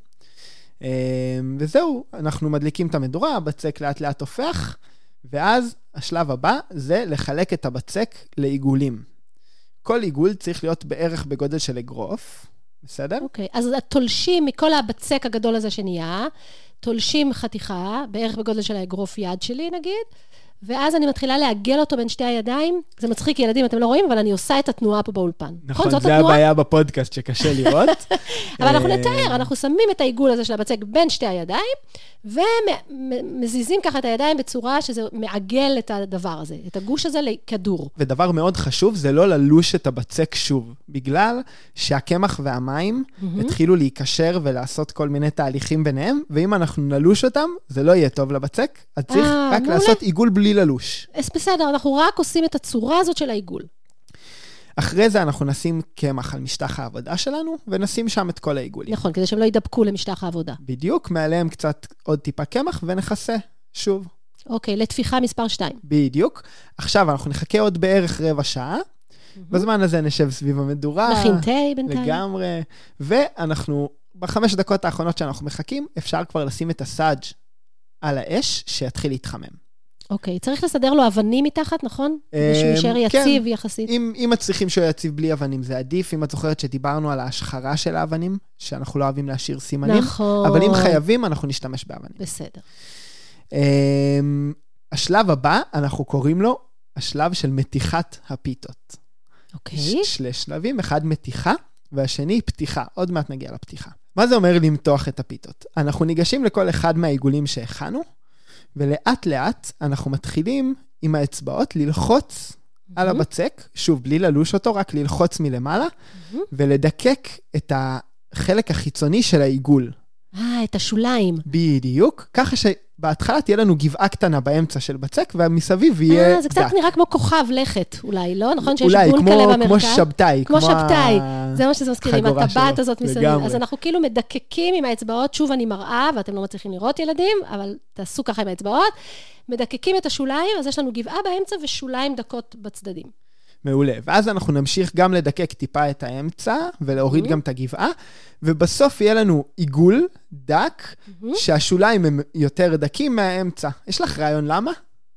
וזהו, אנחנו מדליקים את המדורה, הבצק לאט לאט הופך, ואז השלב הבא זה לחלק את הבצק לעיגולים. כל עיגול צריך להיות בערך בגודל של אגרוף, בסדר? אוקיי, אז תולשים מכל הבצק הגדול הזה שנהיה, תולשים חתיכה, בערך בגודל של האגרוף יד שלי נגיד, ואז אני מתחילה לעגל אותו בין שתי הידיים. זה מצחיק, ילדים, אתם לא רואים, אבל אני עושה את התנועה פה באולפן. נכון, זה הבעיה בפודקאסט שקשה לראות. אבל אנחנו נתאר, אנחנו שמים את העיגול הזה של הבצק בין שתי הידיים, ומזיזים ככה את הידיים בצורה שזה מעגל את הדבר הזה, את הגוש הזה לכדור. ודבר מאוד חשוב, זה לא ללוש את הבצק שוב, בגלל שהקמח והמים התחילו להיקשר ולעשות כל מיני תהליכים ביניהם, ואם אנחנו נלוש אותם, זה לא יהיה טוב לבצק, אז צריך רק לעשות עיגול בלי ללוש. בסדר, אנחנו רק עושים את הצורה הזאת של העיגול. אחרי זה אנחנו נשים קמח על משטח העבודה שלנו, ונשים שם את כל העיגולים. נכון, כדי שהם לא ידבקו למשטח העבודה. בדיוק, מעליהם קצת עוד טיפה קמח, ונחסה שוב. אוקיי, לתפיחה מספר שתיים. בדיוק. עכשיו אנחנו נחכה עוד בערך רבע שעה, בזמן הזה נשב סביב המדורה. נכין תה בינתיים. לגמרי. ואנחנו, בחמש דקות האחרונות שאנחנו מחכים, אפשר כבר לשים את הסאג' על האש, שיתחיל להתחמם. אוקיי, צריך לסדר לו אבנים מתחת, נכון? שהוא יישאר יציב יחסית. אם מצליחים שהוא יציב בלי אבנים, זה עדיף. אם את זוכרת שדיברנו על ההשחרה של האבנים, שאנחנו לא אוהבים להשאיר סימנים. נכון. אבל אם חייבים, אנחנו נשתמש באבנים. בסדר. השלב הבא, אנחנו קוראים לו השלב של מתיחת הפיתות. אוקיי. שני שלבים, אחד מתיחה, והשני פתיחה. עוד מעט נגיע לפתיחה. מה זה אומר למתוח את הפיתות? אנחנו ניגשים לכל אחד מהעיגולים שהכנו, ולאט לאט אנחנו מתחילים עם האצבעות ללחוץ על הבצק, שוב, בלי ללוש אותו, רק ללחוץ מלמעלה, ולדקק את החלק החיצוני של העיגול. אה, את השוליים. בדיוק, ככה שבהתחלה תהיה לנו גבעה קטנה באמצע של בצק, ומסביב יהיה דק. אה, זה קצת נראה כמו כוכב לכת, אולי, לא? נכון שיש גבול כאלה במרכז? אולי, כמו שבתאי. כמו שבתאי, זה מה שזה מזכיר, עם הטבעת הזאת מסביב. אז אנחנו כאילו מדקקים עם האצבעות, שוב אני מראה, ואתם לא מצליחים לראות ילדים, אבל תעשו ככה עם האצבעות, מדקקים את השוליים, אז יש לנו גבעה באמצע ושוליים דקות בצדדים. מעולה. ואז אנחנו נמשיך גם לדקק טיפה את האמצע, ולהוריד גם את הגבעה, ובסוף יהיה לנו עיגול דק, שהשוליים הם יותר דקים מהאמצע. יש לך רעיון למה?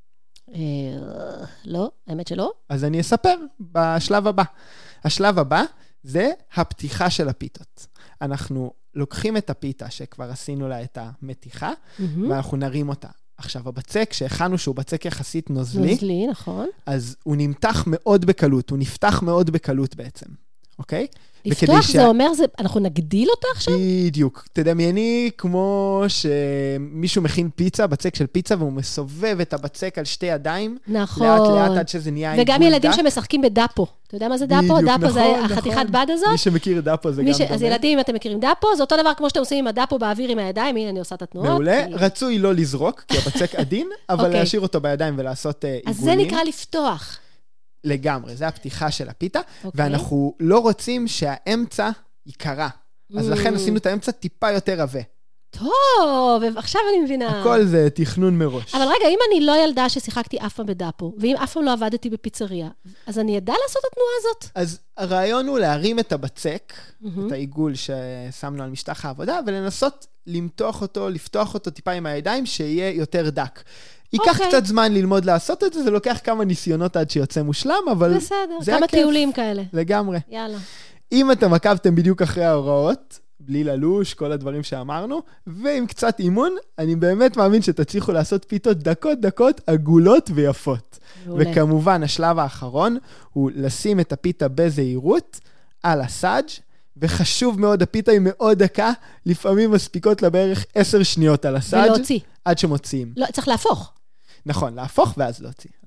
לא, האמת שלא. אז אני אספר בשלב הבא. השלב הבא זה הפתיחה של הפיתות. אנחנו לוקחים את הפיתה שכבר עשינו לה את המתיחה, ואנחנו נרים אותה. עכשיו, הבצק, שהכנו שהוא בצק יחסית נוזלי, נוזלי, נכון. אז הוא נמתח מאוד בקלות, הוא נפתח מאוד בקלות בעצם, אוקיי? לפתוח זה אומר, זה, אנחנו נגדיל אותה עכשיו? בדיוק. תדמייני כמו שמישהו מכין פיצה, בצק של פיצה, והוא מסובב את הבצק על שתי ידיים, נכון. לאט לאט עד שזה נהיה עיגול דק. וגם ילדים שמשחקים בדאפו. אתה יודע מה זה דאפו? בדיוק, דאפו נכון, זה נכון. החתיכת בד הזאת. מי שמכיר דאפו זה גם ש... דומה. אז ילדים, אם אתם מכירים דאפו, זה אותו דבר כמו שאתם עושים עם הדאפו באוויר עם הידיים, הנה אני עושה את התנועות. מעולה, כי... רצוי לא לזרוק, כי הבצק עדין, אבל okay. להשאיר אותו בידיים ולעשות עיגולים. אז זה נקרא לפתוח. לגמרי, זה הפתיחה של הפיתה, okay. ואנחנו לא רוצים שהאמצע יקרה. אז לכן עשינו את האמצע טיפה יותר רווה. טוב, עכשיו אני מבינה. הכל זה תכנון מראש. אבל רגע, אם אני לא ילדה ששיחקתי אף פעם בדאפו, ואם אף פעם לא עבדתי בפיצריה, אז אני ידע לעשות את התנועה הזאת? אז הרעיון הוא להרים את הבצק, את העיגול ששמנו על משטח העבודה, ולנסות למתוח אותו, לפתוח אותו טיפה עם הידיים, שיהיה יותר דק. ייקח okay. קצת זמן ללמוד לעשות את זה, זה לוקח כמה ניסיונות עד שיוצא מושלם, אבל בסדר, זה כמה הכיף. טיולים כאלה. לגמרי. יאללה. אם אתם עקבתם בדיוק אחרי ההוראות, בלי ללוש, כל הדברים שאמרנו, ועם קצת אימון, אני באמת מאמין שתצליחו לעשות פיתות דקות דקות, עגולות ויפות. מעולה. וכמובן, השלב האחרון הוא לשים את הפיתה בזהירות על הסאג', וחשוב מאוד, הפיתה היא מאוד דקה, לפעמים מספיקות לה בערך עשר שניות על הסאג'. ולהוציא. עד שמוציאים. לא, צריך להפוך. נכון, להפוך ואז להוציא.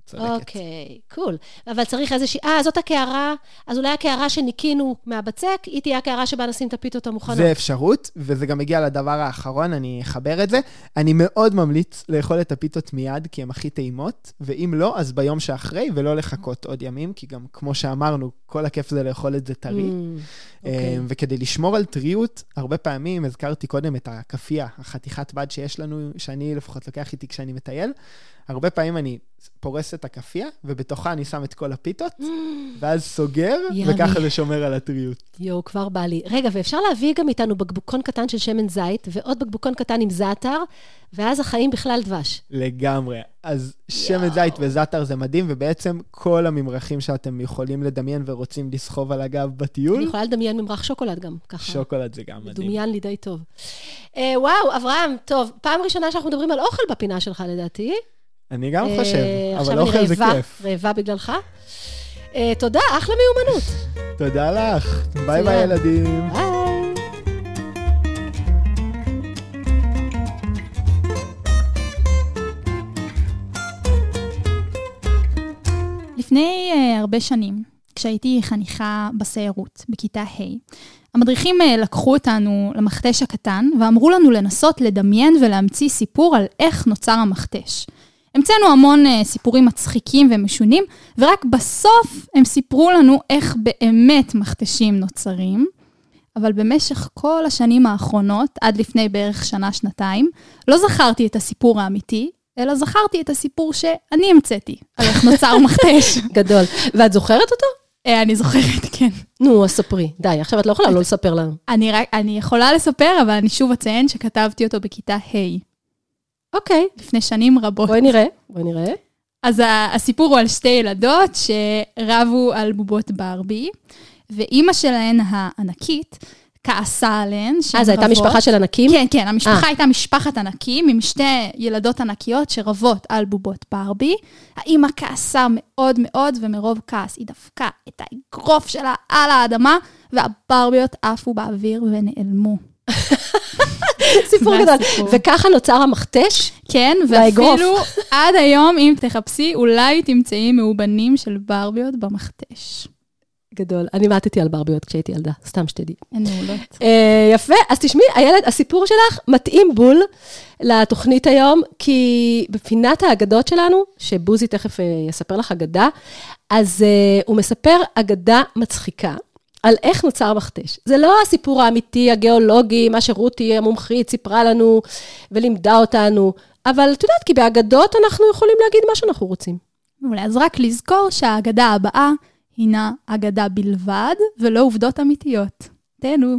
צודקת. אוקיי, קול. אבל צריך איזושהי, אה, זאת הקערה, אז אולי הקערה שניקינו מהבצק, היא תהיה הקערה שבה נשים את הפיתות המוכנות. זה אפשרות, וזה גם מגיע לדבר האחרון, אני אחבר את זה. אני מאוד ממליץ לאכול את הפיתות מיד, כי הן הכי טעימות, ואם לא, אז ביום שאחרי, ולא לחכות עוד ימים, כי גם כמו שאמרנו, כל הכיף זה לאכול את זה טרי. Mm, אוקיי. וכדי לשמור על טריות, הרבה פעמים הזכרתי קודם את הקפייה, החתיכת בד שיש לנו, שאני לפחות לוקח איתי כשאני מטייל, הרבה פעמים אני פורס את הקפייה, ובתוכה אני שם את כל הפיתות, ואז סוגר, וככה זה שומר על הטריות. יו, כבר בא לי. רגע, ואפשר להביא גם איתנו בקבוקון קטן של שמן זית, ועוד בקבוקון קטן עם זעתר, ואז החיים בכלל דבש. לגמרי. אז שמן זית וזעתר זה מדהים, ובעצם כל הממרחים שאתם יכולים לדמיין ורוצים לסחוב על הגב בטיול. אני יכולה לדמיין ממרח שוקולד גם, ככה. שוקולד זה גם מדהים. דומיין לי די טוב. אה, וואו, אברהם, טוב, פעם ראשונה שאנחנו מדברים על אוכל בפינה שלך, לדעתי. אני גם חושב, אה, אבל אוכל זה רעבה, כיף. רעבה בגללך. אה, תודה, אחלה מיומנות. תודה לך. ביי ביי ילדים. ביי. לפני uh, הרבה שנים, כשהייתי חניכה בסיירות, בכיתה ה', המדריכים uh, לקחו אותנו למכתש הקטן, ואמרו לנו לנסות לדמיין ולהמציא סיפור על איך נוצר המכתש. המצאנו המון uh, סיפורים מצחיקים ומשונים, ורק בסוף הם סיפרו לנו איך באמת מכתשים נוצרים. אבל במשך כל השנים האחרונות, עד לפני בערך שנה-שנתיים, לא זכרתי את הסיפור האמיתי, אלא זכרתי את הסיפור שאני המצאתי, על איך נוצר מכתש. גדול. ואת זוכרת אותו? אני זוכרת, כן. נו, אז ספרי. די, עכשיו את לא יכולה לא לספר לנו. אני, רק, אני יכולה לספר, אבל אני שוב אציין שכתבתי אותו בכיתה ה'. אוקיי. לפני שנים רבות. בואי נראה, בואי נראה. אז הסיפור הוא על שתי ילדות שרבו על בובות ברבי, ואימא שלהן הענקית כעסה עליהן. אה, זו הייתה משפחה של ענקים? כן, כן, המשפחה הייתה משפחת ענקים, עם שתי ילדות ענקיות שרבות על בובות ברבי. האימא כעסה מאוד מאוד, ומרוב כעס היא דפקה את האגרוף שלה על האדמה, והברביות עפו באוויר ונעלמו. סיפור גדול. וככה נוצר המכתש? כן, ואפילו עד היום, אם תחפשי, אולי תמצאי מאובנים של ברביות במכתש. גדול. אני מעטתי על ברביות כשהייתי ילדה, סתם שתדעי. הן מעולות. יפה, אז תשמעי, הילד, הסיפור שלך מתאים בול לתוכנית היום, כי בפינת האגדות שלנו, שבוזי תכף יספר לך אגדה, אז הוא מספר אגדה מצחיקה, על איך נוצר מכתש. זה לא הסיפור האמיתי, הגיאולוגי, מה שרותי המומחית סיפרה לנו ולימדה אותנו, אבל את יודעת, כי באגדות אנחנו יכולים להגיד מה שאנחנו רוצים. אולי, אז רק לזכור שהאגדה הבאה, הינה אגדה בלבד, ולא עובדות אמיתיות. תהנו.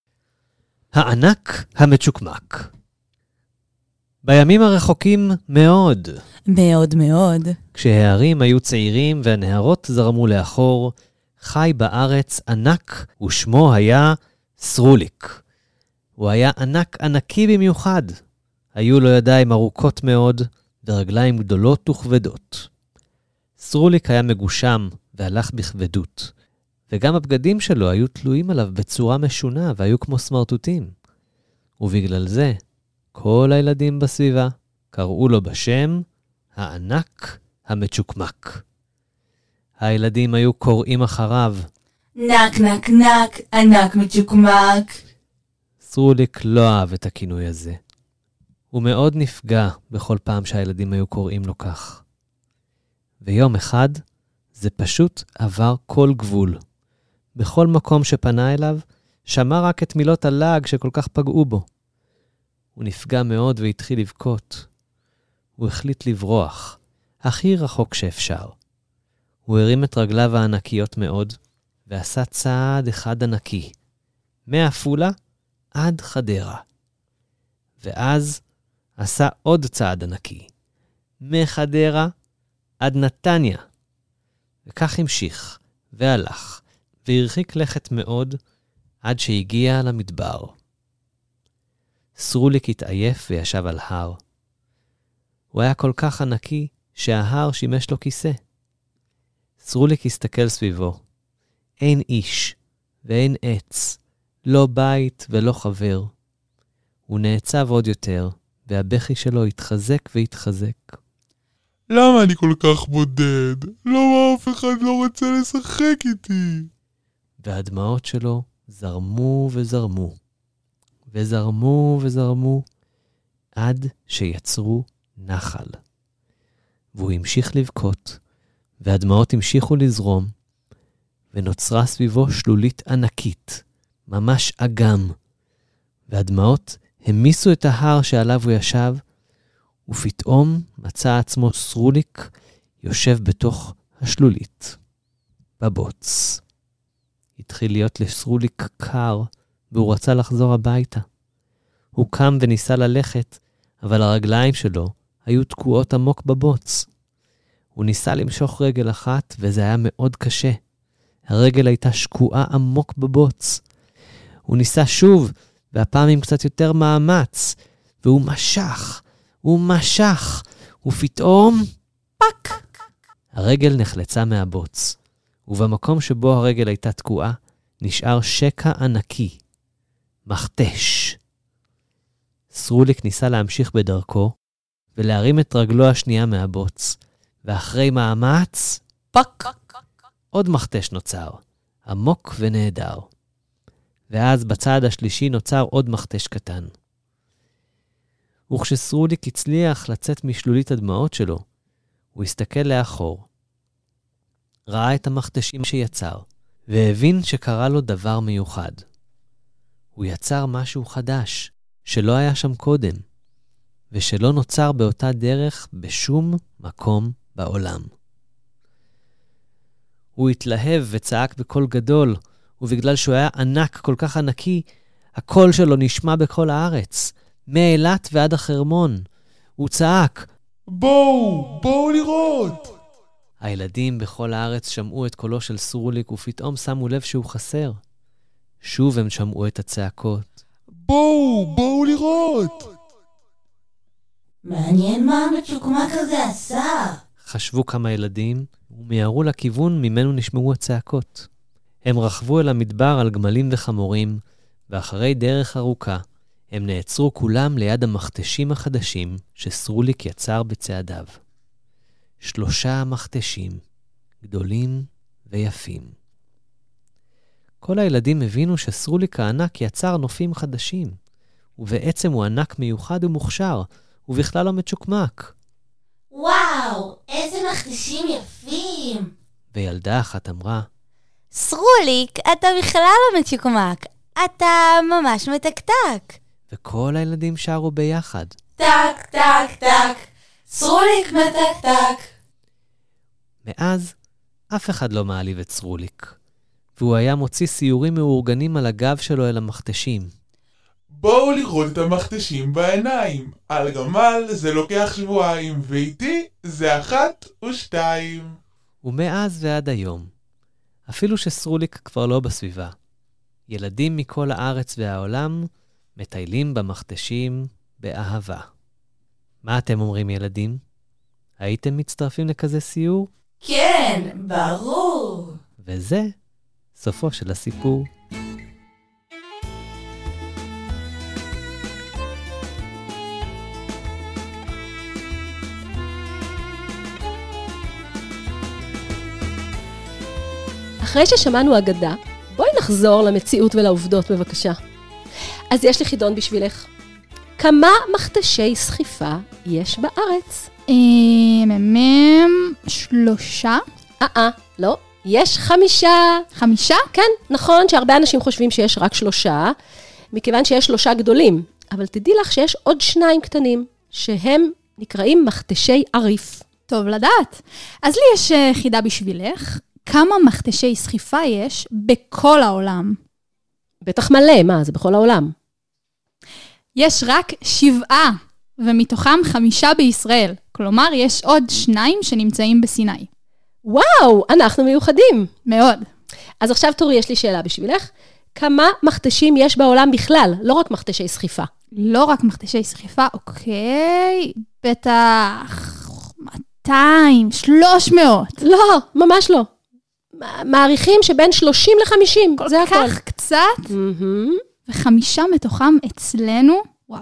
הענק המצ'וקמק. בימים הרחוקים מאוד, מאוד מאוד, כשההרים היו צעירים והנהרות זרמו לאחור, חי בארץ ענק, ושמו היה סרוליק. הוא היה ענק ענקי במיוחד. היו לו ידיים ארוכות מאוד, ורגליים גדולות וכבדות. סרוליק היה מגושם, והלך בכבדות. וגם הבגדים שלו היו תלויים עליו בצורה משונה, והיו כמו סמרטוטים. ובגלל זה, כל הילדים בסביבה קראו לו בשם הענק המצ'וקמק. הילדים היו קוראים אחריו. נק נק נק, ענק מצ'וקמק. סרוליק לא אהב את הכינוי הזה. הוא מאוד נפגע בכל פעם שהילדים היו קוראים לו כך. ויום אחד, זה פשוט עבר כל גבול. בכל מקום שפנה אליו, שמע רק את מילות הלעג שכל כך פגעו בו. הוא נפגע מאוד והתחיל לבכות. הוא החליט לברוח, הכי רחוק שאפשר. הוא הרים את רגליו הענקיות מאוד, ועשה צעד אחד ענקי, מעפולה עד חדרה. ואז עשה עוד צעד ענקי, מחדרה עד נתניה. וכך המשיך, והלך, והרחיק לכת מאוד, עד שהגיע למדבר. סרוליק התעייף וישב על הר. הוא היה כל כך ענקי, שההר שימש לו כיסא. סרוליק הסתכל סביבו. אין איש, ואין עץ, לא בית ולא חבר. הוא נעצב עוד יותר, והבכי שלו התחזק והתחזק. למה אני כל כך בודד? למה אף אחד לא רוצה לשחק איתי? והדמעות שלו זרמו וזרמו, וזרמו וזרמו, עד שיצרו נחל. והוא המשיך לבכות, והדמעות המשיכו לזרום, ונוצרה סביבו שלולית ענקית, ממש אגם, והדמעות המיסו את ההר שעליו הוא ישב, ופתאום מצא עצמו סרוליק יושב בתוך השלולית, בבוץ. התחיל להיות לסרוליק קר, והוא רצה לחזור הביתה. הוא קם וניסה ללכת, אבל הרגליים שלו היו תקועות עמוק בבוץ. הוא ניסה למשוך רגל אחת, וזה היה מאוד קשה. הרגל הייתה שקועה עמוק בבוץ. הוא ניסה שוב, והפעם עם קצת יותר מאמץ, והוא משך, הוא משך, ופתאום, פק! הרגל נחלצה מהבוץ, ובמקום שבו הרגל הייתה תקועה, נשאר שקע ענקי, מכתש. סרוליק ניסה להמשיך בדרכו, ולהרים את רגלו השנייה מהבוץ, ואחרי מאמץ, פק! עוד מכתש נוצר, עמוק ונהדר. ואז בצד השלישי נוצר עוד מכתש קטן. וכשסרוליק הצליח לצאת משלולית הדמעות שלו, הוא הסתכל לאחור. ראה את המכתשים שיצר, והבין שקרה לו דבר מיוחד. הוא יצר משהו חדש, שלא היה שם קודם, ושלא נוצר באותה דרך בשום מקום בעולם. הוא התלהב וצעק בקול גדול, ובגלל שהוא היה ענק כל כך ענקי, הקול שלו נשמע בכל הארץ, מאילת ועד החרמון. הוא צעק, בואו, בואו לראות. הילדים בכל הארץ שמעו את קולו של סרוליק, ופתאום שמו לב שהוא חסר. שוב הם שמעו את הצעקות. בואו, בואו לראות. מעניין מה המצ'וקמק הזה עשה. חשבו כמה ילדים, ומיהרו לכיוון ממנו נשמעו הצעקות. הם רכבו אל המדבר על גמלים וחמורים, ואחרי דרך ארוכה, הם נעצרו כולם ליד המכתשים החדשים שסרוליק יצר בצעדיו. שלושה מכתשים, גדולים ויפים. כל הילדים הבינו שסרוליק הענק יצר נופים חדשים, ובעצם הוא ענק מיוחד ומוכשר, ובכלל לא מצ'וקמק. וואו, איזה מכתשים יפים. וילדה אחת אמרה, סרוליק, אתה בכלל לא מצ'וקמק, אתה ממש מתקתק. וכל הילדים שרו ביחד. טק, טק, טק, סרוליק מתקתק. מאז אף אחד לא מעליב את סרוליק, והוא היה מוציא סיורים מאורגנים על הגב שלו אל המכתשים. בואו לראות את המכתשים בעיניים. על גמל זה לוקח שבועיים, ואיתי זה אחת ושתיים. ומאז ועד היום, אפילו שסרוליק כבר לא בסביבה, ילדים מכל הארץ והעולם מטיילים במכתשים באהבה. מה אתם אומרים, ילדים? הייתם מצטרפים לכזה סיור? כן, ברור. וזה סופו של הסיפור. אחרי ששמענו אגדה, בואי נחזור למציאות ולעובדות בבקשה. אז יש לי חידון בשבילך. כמה מכתשי סחיפה יש בארץ? מ"מ שלושה. אה, אה, לא. יש חמישה. חמישה? כן, נכון שהרבה אנשים חושבים שיש רק שלושה, מכיוון שיש שלושה גדולים. אבל תדעי לך שיש עוד שניים קטנים, שהם נקראים מכתשי עריף. טוב לדעת. אז לי יש חידה בשבילך. כמה מכתשי סחיפה יש בכל העולם? בטח מלא, מה? זה בכל העולם. יש רק שבעה, ומתוכם חמישה בישראל. כלומר, יש עוד שניים שנמצאים בסיני. וואו, אנחנו מיוחדים. מאוד. אז עכשיו תורי, יש לי שאלה בשבילך. כמה מכתשים יש בעולם בכלל, לא רק מכתשי סחיפה? לא רק מכתשי סחיפה, אוקיי. בטח מאתיים, שלוש מאות. לא, ממש לא. מעריכים שבין שלושים לחמישים, זה הכל. כל כך קצת, וחמישה מתוכם אצלנו, וואו,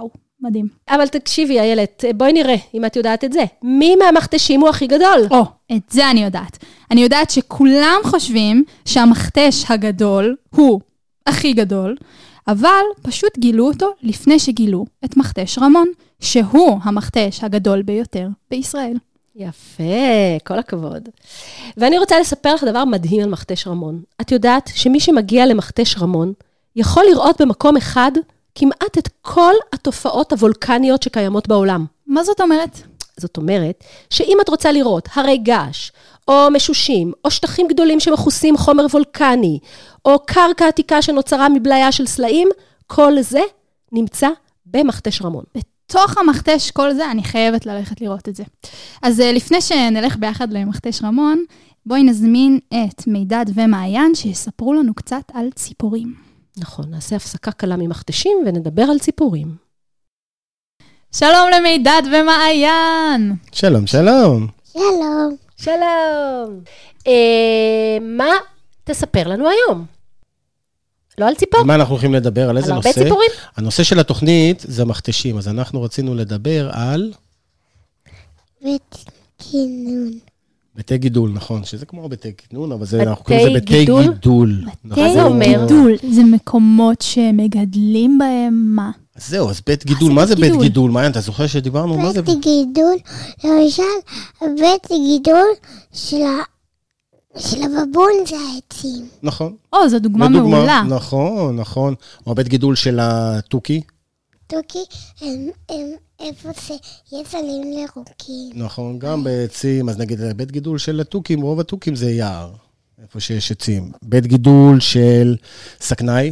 מדהים. אבל תקשיבי, איילת, בואי נראה אם את יודעת את זה. מי מהמכתשים הוא הכי גדול? או, את זה אני יודעת. אני יודעת שכולם חושבים שהמכתש הגדול הוא הכי גדול, אבל פשוט גילו אותו לפני שגילו את מכתש רמון, שהוא המכתש הגדול ביותר בישראל. יפה, כל הכבוד. ואני רוצה לספר לך דבר מדהים על מכתש רמון. את יודעת שמי שמגיע למכתש רמון יכול לראות במקום אחד כמעט את כל התופעות הוולקניות שקיימות בעולם. מה זאת אומרת? זאת אומרת שאם את רוצה לראות הרי געש, או משושים, או שטחים גדולים שמכוסים חומר וולקני, או קרקע עתיקה שנוצרה מבליה של סלעים, כל זה נמצא במכתש רמון. בתוך המכתש כל זה, אני חייבת ללכת לראות את זה. אז לפני שנלך ביחד למכתש רמון, בואי נזמין את מידד ומעיין שיספרו לנו קצת על ציפורים. נכון, נעשה הפסקה קלה ממכתשים ונדבר על ציפורים. שלום למידד ומעיין. שלום, שלום. שלום. שלום. אה, מה תספר לנו היום? לא על ציפור? מה אנחנו הולכים לדבר? על איזה על נושא? הרבה ציפורים? הנושא של התוכנית זה מכתשים, אז אנחנו רצינו לדבר על... בית כינון. בתי גידול, נכון, שזה כמו בתי כינון, אבל זה, בתי אנחנו קוראים לזה בתי גידול? גידול. בתי זה אומר? גידול, זה מקומות שמגדלים בהם מה? אז זהו, אז בית גידול, מה זה בית גידול? מעיין, אתה זוכר שדיברנו? מה זה? בית גידול, למשל, בית גידול של ה... של הבבון זה העצים. נכון. או, זו דוגמה מעולה. נכון, נכון. או הבית גידול של התוכי. תוכי, הם, הם, איפה שיש עלים לרוקים. נכון, גם בעצים, אז נגיד, בית גידול של התוכים, רוב התוכים זה יער, איפה שיש עצים. בית גידול של סכנאי.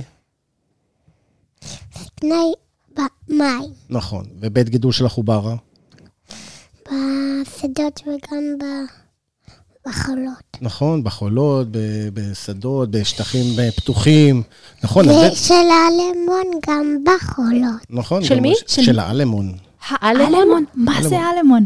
סכנאי במים. נכון, ובית גידול של החוברה. בשדות וגם ב... בחולות. נכון, בחולות, ב- בשדות, בשטחים פתוחים. נכון. ושל האלמון גם בחולות. נכון. של מי? של, של האלמון. האלמון? מה זה האלמון?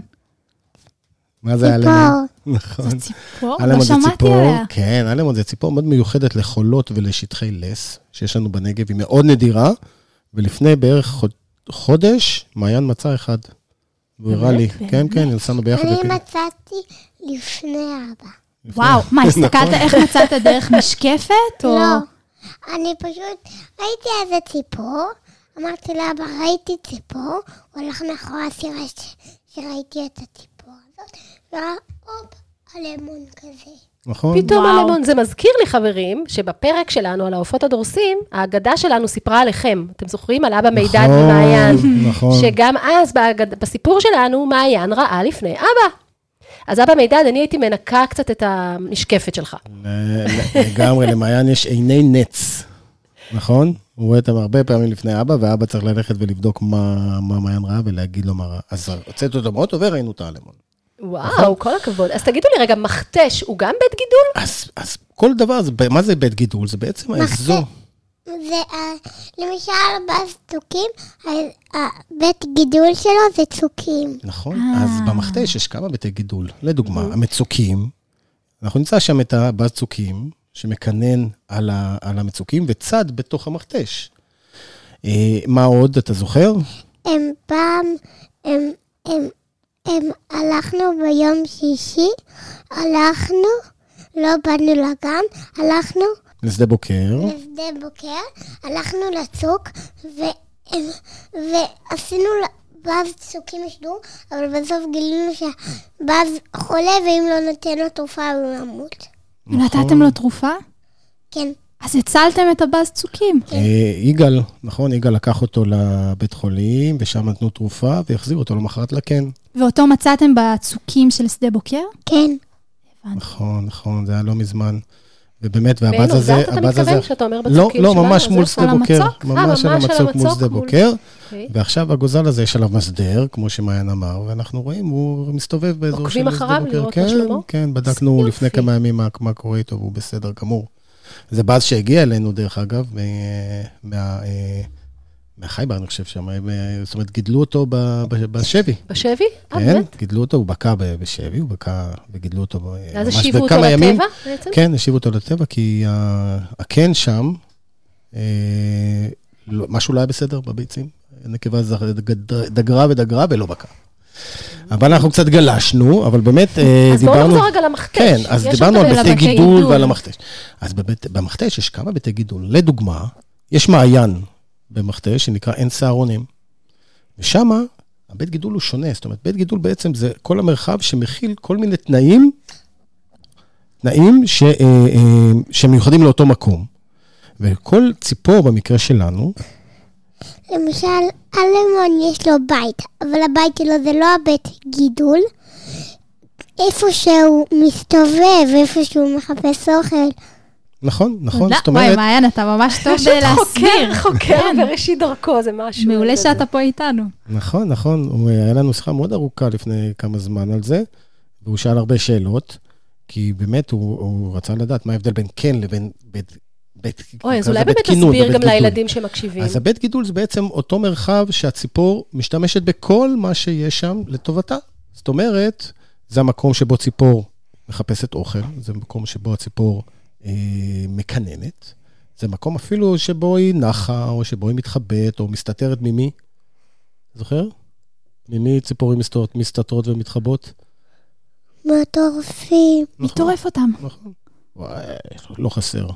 מה זה האלמון? נכון. זה ציפור? אלמון לא זה שמעתי ציפור, עליה. כן, אלמון זה ציפור מאוד מיוחדת לחולות ולשטחי לס, שיש לנו בנגב, היא מאוד נדירה, ולפני בערך חודש, מעיין מצא אחד. והוא הראה לי, כן, כן, נסענו ביחד. אני מצאתי לפני אבא. וואו, מה, הסתכלת איך מצאת דרך משקפת? לא, אני פשוט ראיתי איזה ציפור, אמרתי לאבא, ראיתי ציפור, הוא הלך מאחורי הסירה שראיתי את הציפור הזאת, והופ, אלמון כזה. נכון. פתאום אלמון, זה מזכיר לי חברים, שבפרק שלנו על העופות הדורסים, ההגדה שלנו סיפרה עליכם. אתם זוכרים על אבא מידד ומעיין. נכון. שגם אז בסיפור שלנו, מעיין ראה לפני אבא. אז אבא מידד, אני הייתי מנקה קצת את המשקפת שלך. לגמרי, למעיין יש עיני נץ. נכון? הוא רואה אותם הרבה פעמים לפני אבא, ואבא צריך ללכת ולבדוק מה מעיין ראה ולהגיד לו מה ראה. אז הוצאת אותו באוטו וראינו את האלמון. וואו, כל הכבוד. אז תגידו לי רגע, מכתש הוא גם בית גידול? אז, אז כל דבר, זה, מה זה בית גידול? זה בעצם האזור. זה, למשל, בצוקים, הבית גידול שלו זה צוקים. נכון, אז במכתש יש כמה בתי גידול. לדוגמה, המצוקים, אנחנו נמצא שם את הבצוקים, שמקנן על, ה, על המצוקים, וצד בתוך המכתש. מה עוד, אתה זוכר? הם פעם, הם, הם, הם הלכנו ביום שישי, הלכנו, לא באנו לגן, הלכנו לשדה בוקר. לשדה בוקר, הלכנו לצוק, ו, ועשינו, ואז צוקים ישדו, אבל בסוף גילינו שבאז חולה, ואם לא נתן לו תרופה, הוא ימות. ונתתם לו תרופה? כן. אז הצלתם את הבאז צוקים. יגאל, נכון, יגאל לקח אותו לבית חולים, ושם נתנו תרופה, והחזיר אותו למחרת לקן. ואותו מצאתם בצוקים של שדה בוקר? כן. נכון, נכון, זה היה לא מזמן. ובאמת, והבאז הזה... באינו, זה אתה מתכוון שאתה אומר בצוקים שלנו? שלנו? לא, לא, ממש מול שדה בוקר. ממש על המצוק מול שדה מול... בוקר. Okay. ועכשיו הגוזל הזה יש עליו מסדר, כמו שמעיין אמר, ואנחנו רואים, הוא מסתובב באזור של שדה בוקר. עוקבים אחריו לראות כן, לשלומו? כן, בדקנו לפני כמה ימים מה, מה קורה איתו, והוא בסדר גמור. זה באז שהגיע אלינו, דרך אגב, מה... מהחייבר, אני חושב שם, זאת אומרת, גידלו אותו בשבי. בשבי? כן, גידלו אותו, הוא בקע בשבי, הוא בקע וגידלו אותו ממש בכמה ימים. אז השיבו אותו לטבע בעצם? כן, השיבו אותו לטבע, כי הקן שם, משהו לא היה בסדר בביצים, נקבה דגרה ודגרה ולא בקע. אבל אנחנו קצת גלשנו, אבל באמת דיברנו... אז בואו נחזור רגע למכתש. כן, אז דיברנו על בתי גידול ועל המכתש. אז במכתש יש כמה בתי גידול. לדוגמה, יש מעיין במכתש שנקרא עין סהרונים. ושם הבית גידול הוא שונה. זאת אומרת, בית גידול בעצם זה כל המרחב שמכיל כל מיני תנאים, תנאים שמיוחדים לאותו מקום. וכל ציפור במקרה שלנו, למשל, אלמון יש לו בית, אבל הבית שלו זה לא הבית גידול. איפה שהוא מסתובב, איפה שהוא מחפש אוכל. נכון, נכון, זאת אומרת... אומרת... וואי, מעיין, אתה ממש טוב בלהסביר. חוקר, חוקר בראשית דרכו, זה משהו. מעולה שאתה פה איתנו. נכון, נכון, היה לנו שיחה מאוד ארוכה לפני כמה זמן על זה, והוא שאל הרבה שאלות, כי באמת הוא רצה לדעת מה ההבדל בין כן לבין בית... אוי, אז אולי באמת תסביר גם לילדים שמקשיבים. אז הבית גידול זה בעצם אותו מרחב שהציפור משתמשת בכל מה שיש שם לטובתה. זאת אומרת, זה המקום שבו ציפור מחפשת אוכל, זה מקום שבו הציפור אה, מקננת, זה מקום אפילו שבו היא נחה, או שבו היא מתחבאת, או מסתתרת ממי. זוכר? ממי ציפורים מסתתרות, מסתתרות ומתחבות? מטורפים. מטורף אותם. נכון. וואי, לא חסר.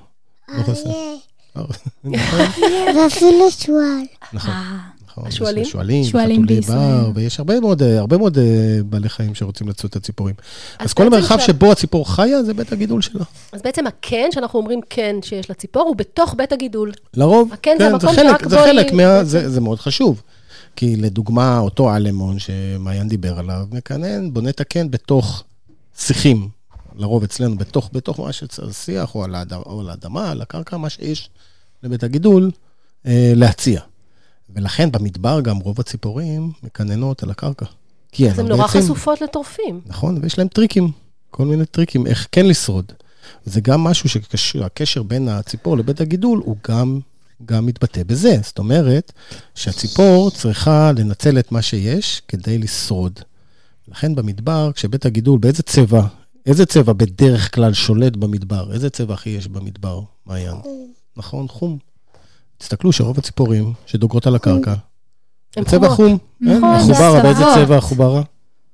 ואפילו שואל. נכון. השואלים? שואלים, חתולי בר, ויש הרבה מאוד, הרבה מאוד בעלי חיים שרוצים לצוד את הציפורים. אז כל המרחב שבו הציפור חיה, זה בית הגידול שלה. אז בעצם הכן, שאנחנו אומרים כן שיש לציפור, הוא בתוך בית הגידול. לרוב, כן, זה חלק מה... זה מאוד חשוב. כי לדוגמה, אותו אלמון שמעיין דיבר עליו, מקנן, בונה את הכן בתוך שיחים. לרוב אצלנו, בתוך, בתוך מה שצריך, או על האדמה, או על האדמה, על הקרקע, מה שיש לבית הגידול, אה, להציע. ולכן במדבר גם רוב הציפורים מקננות על הקרקע. אז הן נורא חשופות לטורפים. נכון, ויש להם טריקים, כל מיני טריקים, איך כן לשרוד. זה גם משהו שהקשר בין הציפור לבית הגידול, הוא גם, גם מתבטא בזה. זאת אומרת, שהציפור צריכה לנצל את מה שיש כדי לשרוד. לכן במדבר, כשבית הגידול, באיזה צבע, איזה צבע בדרך כלל שולט במדבר? איזה צבע הכי יש במדבר, מעיין? נכון, חום. תסתכלו שרוב הציפורים שדוגרות על הקרקע, הם צבע חום. החוברה, באיזה צבע החוברה?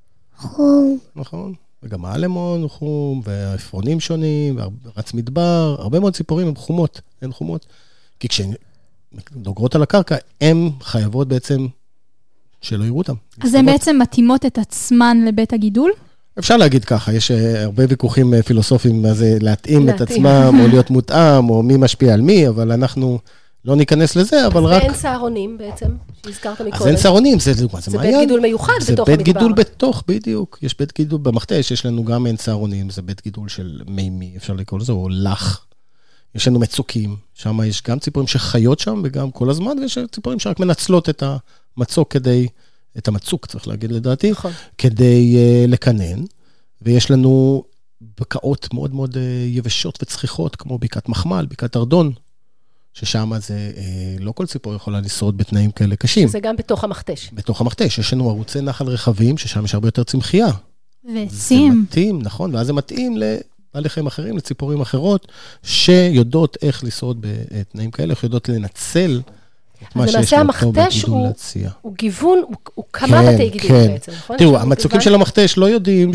חום. נכון. וגם האלמון הוא חום, והעפרונים שונים, רץ מדבר, הרבה מאוד ציפורים הן חומות, הן חומות. כי כשהן דוגרות על הקרקע, הן חייבות בעצם שלא יראו אותם. אז הן בעצם מתאימות את עצמן לבית הגידול? אפשר להגיד ככה, יש הרבה ויכוחים פילוסופיים מה זה להתאים את עצמם, או להיות מותאם, או מי משפיע על מי, אבל אנחנו לא ניכנס לזה, אבל רק... ואין צהרונים בעצם, שהזכרת מקודם. אז אין צהרונים, זה דוגמה, זה בית גידול מיוחד בתוך המדבר. זה בית גידול בתוך, בדיוק. יש בית גידול במכתש, יש לנו גם אין צהרונים, זה בית גידול של מימי, אפשר לקרוא לזה, או לח. יש לנו מצוקים, שם יש גם ציפורים שחיות שם, וגם כל הזמן, ויש ציפורים שרק מנצלות את המצוק כדי, את המצוק, צריך להגיד לדעתי, כדי uh, לקנן. ויש לנו בקעות מאוד מאוד uh, יבשות וצחיחות, כמו בקעת מחמל, בקעת ארדון, ששם זה, uh, לא כל ציפור יכולה לשרוד בתנאים כאלה קשים. זה גם בתוך המכתש. בתוך המכתש, יש לנו ערוצי נחל רחבים, ששם יש הרבה יותר צמחייה. ועצים. זה מתאים, נכון, ואז זה מתאים לבעלי חיים אחרים, לציפורים אחרות, שיודעות איך לשרוד בתנאים כאלה, איך יודעות לנצל את מה שיש לאותו בגידול להציע. הוא גיוון, הוא כמה בתי גידול בעצם, נכון? תראו, המצוקים של המכתש לא יודעים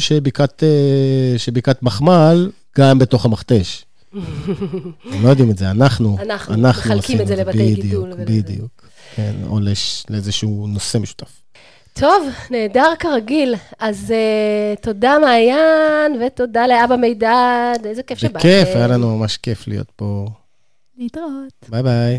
שבקעת מחמל גם בתוך המכתש. הם לא יודעים את זה, אנחנו מחלקים את זה לבתי גידול. בדיוק, כן, או לאיזשהו נושא משותף. טוב, נהדר כרגיל. אז uh, תודה מעיין, ותודה לאבא מידד. איזה כיף שבאת. בכיף, היה לנו ממש כיף להיות פה. להתראות. ביי ביי.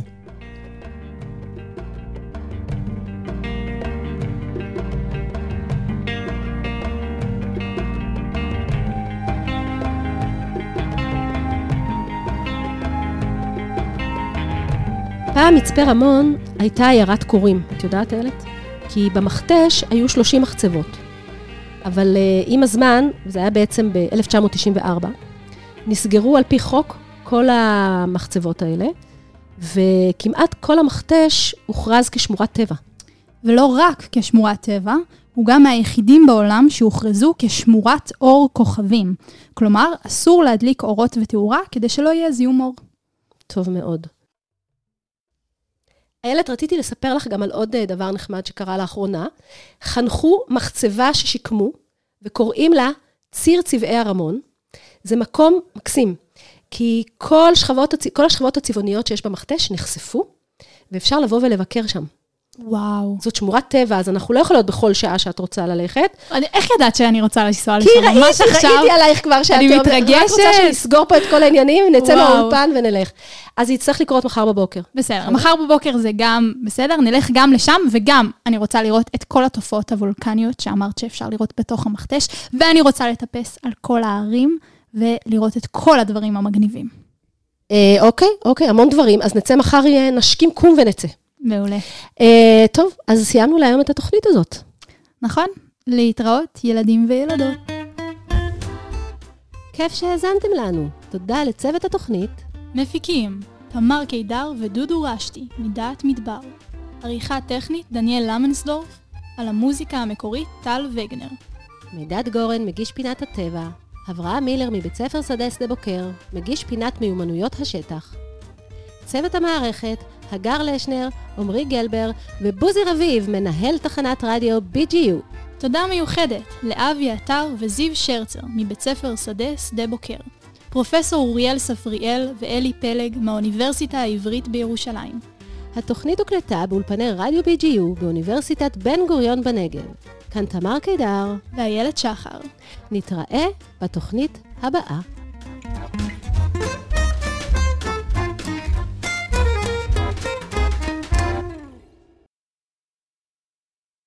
פעם מצפה רמון הייתה עיירת קורים. את יודעת, איילת? כי במכתש היו שלושים מחצבות. אבל uh, עם הזמן, זה היה בעצם ב-אלף תשע מאות תשעים וארבע, נסגרו על פי חוק כל המחצבות האלה, וכמעט כל המכתש הוכרז כשמורת טבע. ולא רק כשמורת טבע, הוא גם מהיחידים בעולם שהוכרזו כשמורת אור כוכבים. כלומר, אסור להדליק אורות ותאורה כדי שלא יהיה זיהום אור. טוב מאוד. איילת, רציתי לספר לך גם על עוד דבר נחמד שקרה לאחרונה. חנכו מחצבה ששיקמו, וקוראים לה ציר צבעי הרמון. זה מקום מקסים, כי כל, שכבות, כל השכבות הצבעוניות שיש במכתש נחשפו, ואפשר לבוא ולבקר שם. וואו. זאת שמורת טבע, אז אנחנו לא יכולות בכל שעה שאת רוצה ללכת. אני, איך ידעת שאני רוצה לנסוע לשם? כי ראיתי, ראיתי עלייך כבר שאת... אני מתרגשת. רק רוצה שנסגור פה את כל העניינים, נצא מהאולפן ונלך. אז היא יצטרך לקרות מחר בבוקר. בסדר, מחר בבוקר זה גם בסדר, נלך גם לשם, וגם אני רוצה לראות את כל התופעות הוולקניות שאמרת שאפשר לראות בתוך המכתש, ואני רוצה לטפס על כל הערים, ולראות את כל הדברים המגניבים. אוקיי, אוקיי, המון דברים. אז נצא מחר, נשכים קום ונצא. מעולה. Uh, טוב, אז סיימנו להיום את התוכנית הזאת. נכון, להתראות ילדים וילדות. כיף שהאזנתם לנו. תודה לצוות התוכנית. מפיקים, תמר קידר ודודו רשתי, מדעת מדבר. עריכה טכנית דניאל למנסדורף, על המוזיקה המקורית טל וגנר. מידד גורן מגיש פינת הטבע, אברהם מילר מבית ספר שדה שדה בוקר, מגיש פינת מיומנויות השטח. צוות המערכת, הגר לשנר, עמרי גלבר ובוזי רביב, מנהל תחנת רדיו בי ג'י יו. תודה מיוחדת לאבי עטר וזיו שרצר מבית ספר שדה שדה בוקר. פרופסור אוריאל ספריאל ואלי פלג מהאוניברסיטה העברית בירושלים. התוכנית הוקלטה באולפני רדיו בי ג'י יו באוניברסיטת בן גוריון בנגב. כאן תמר קידר ואיילת שחר. נתראה בתוכנית הבאה.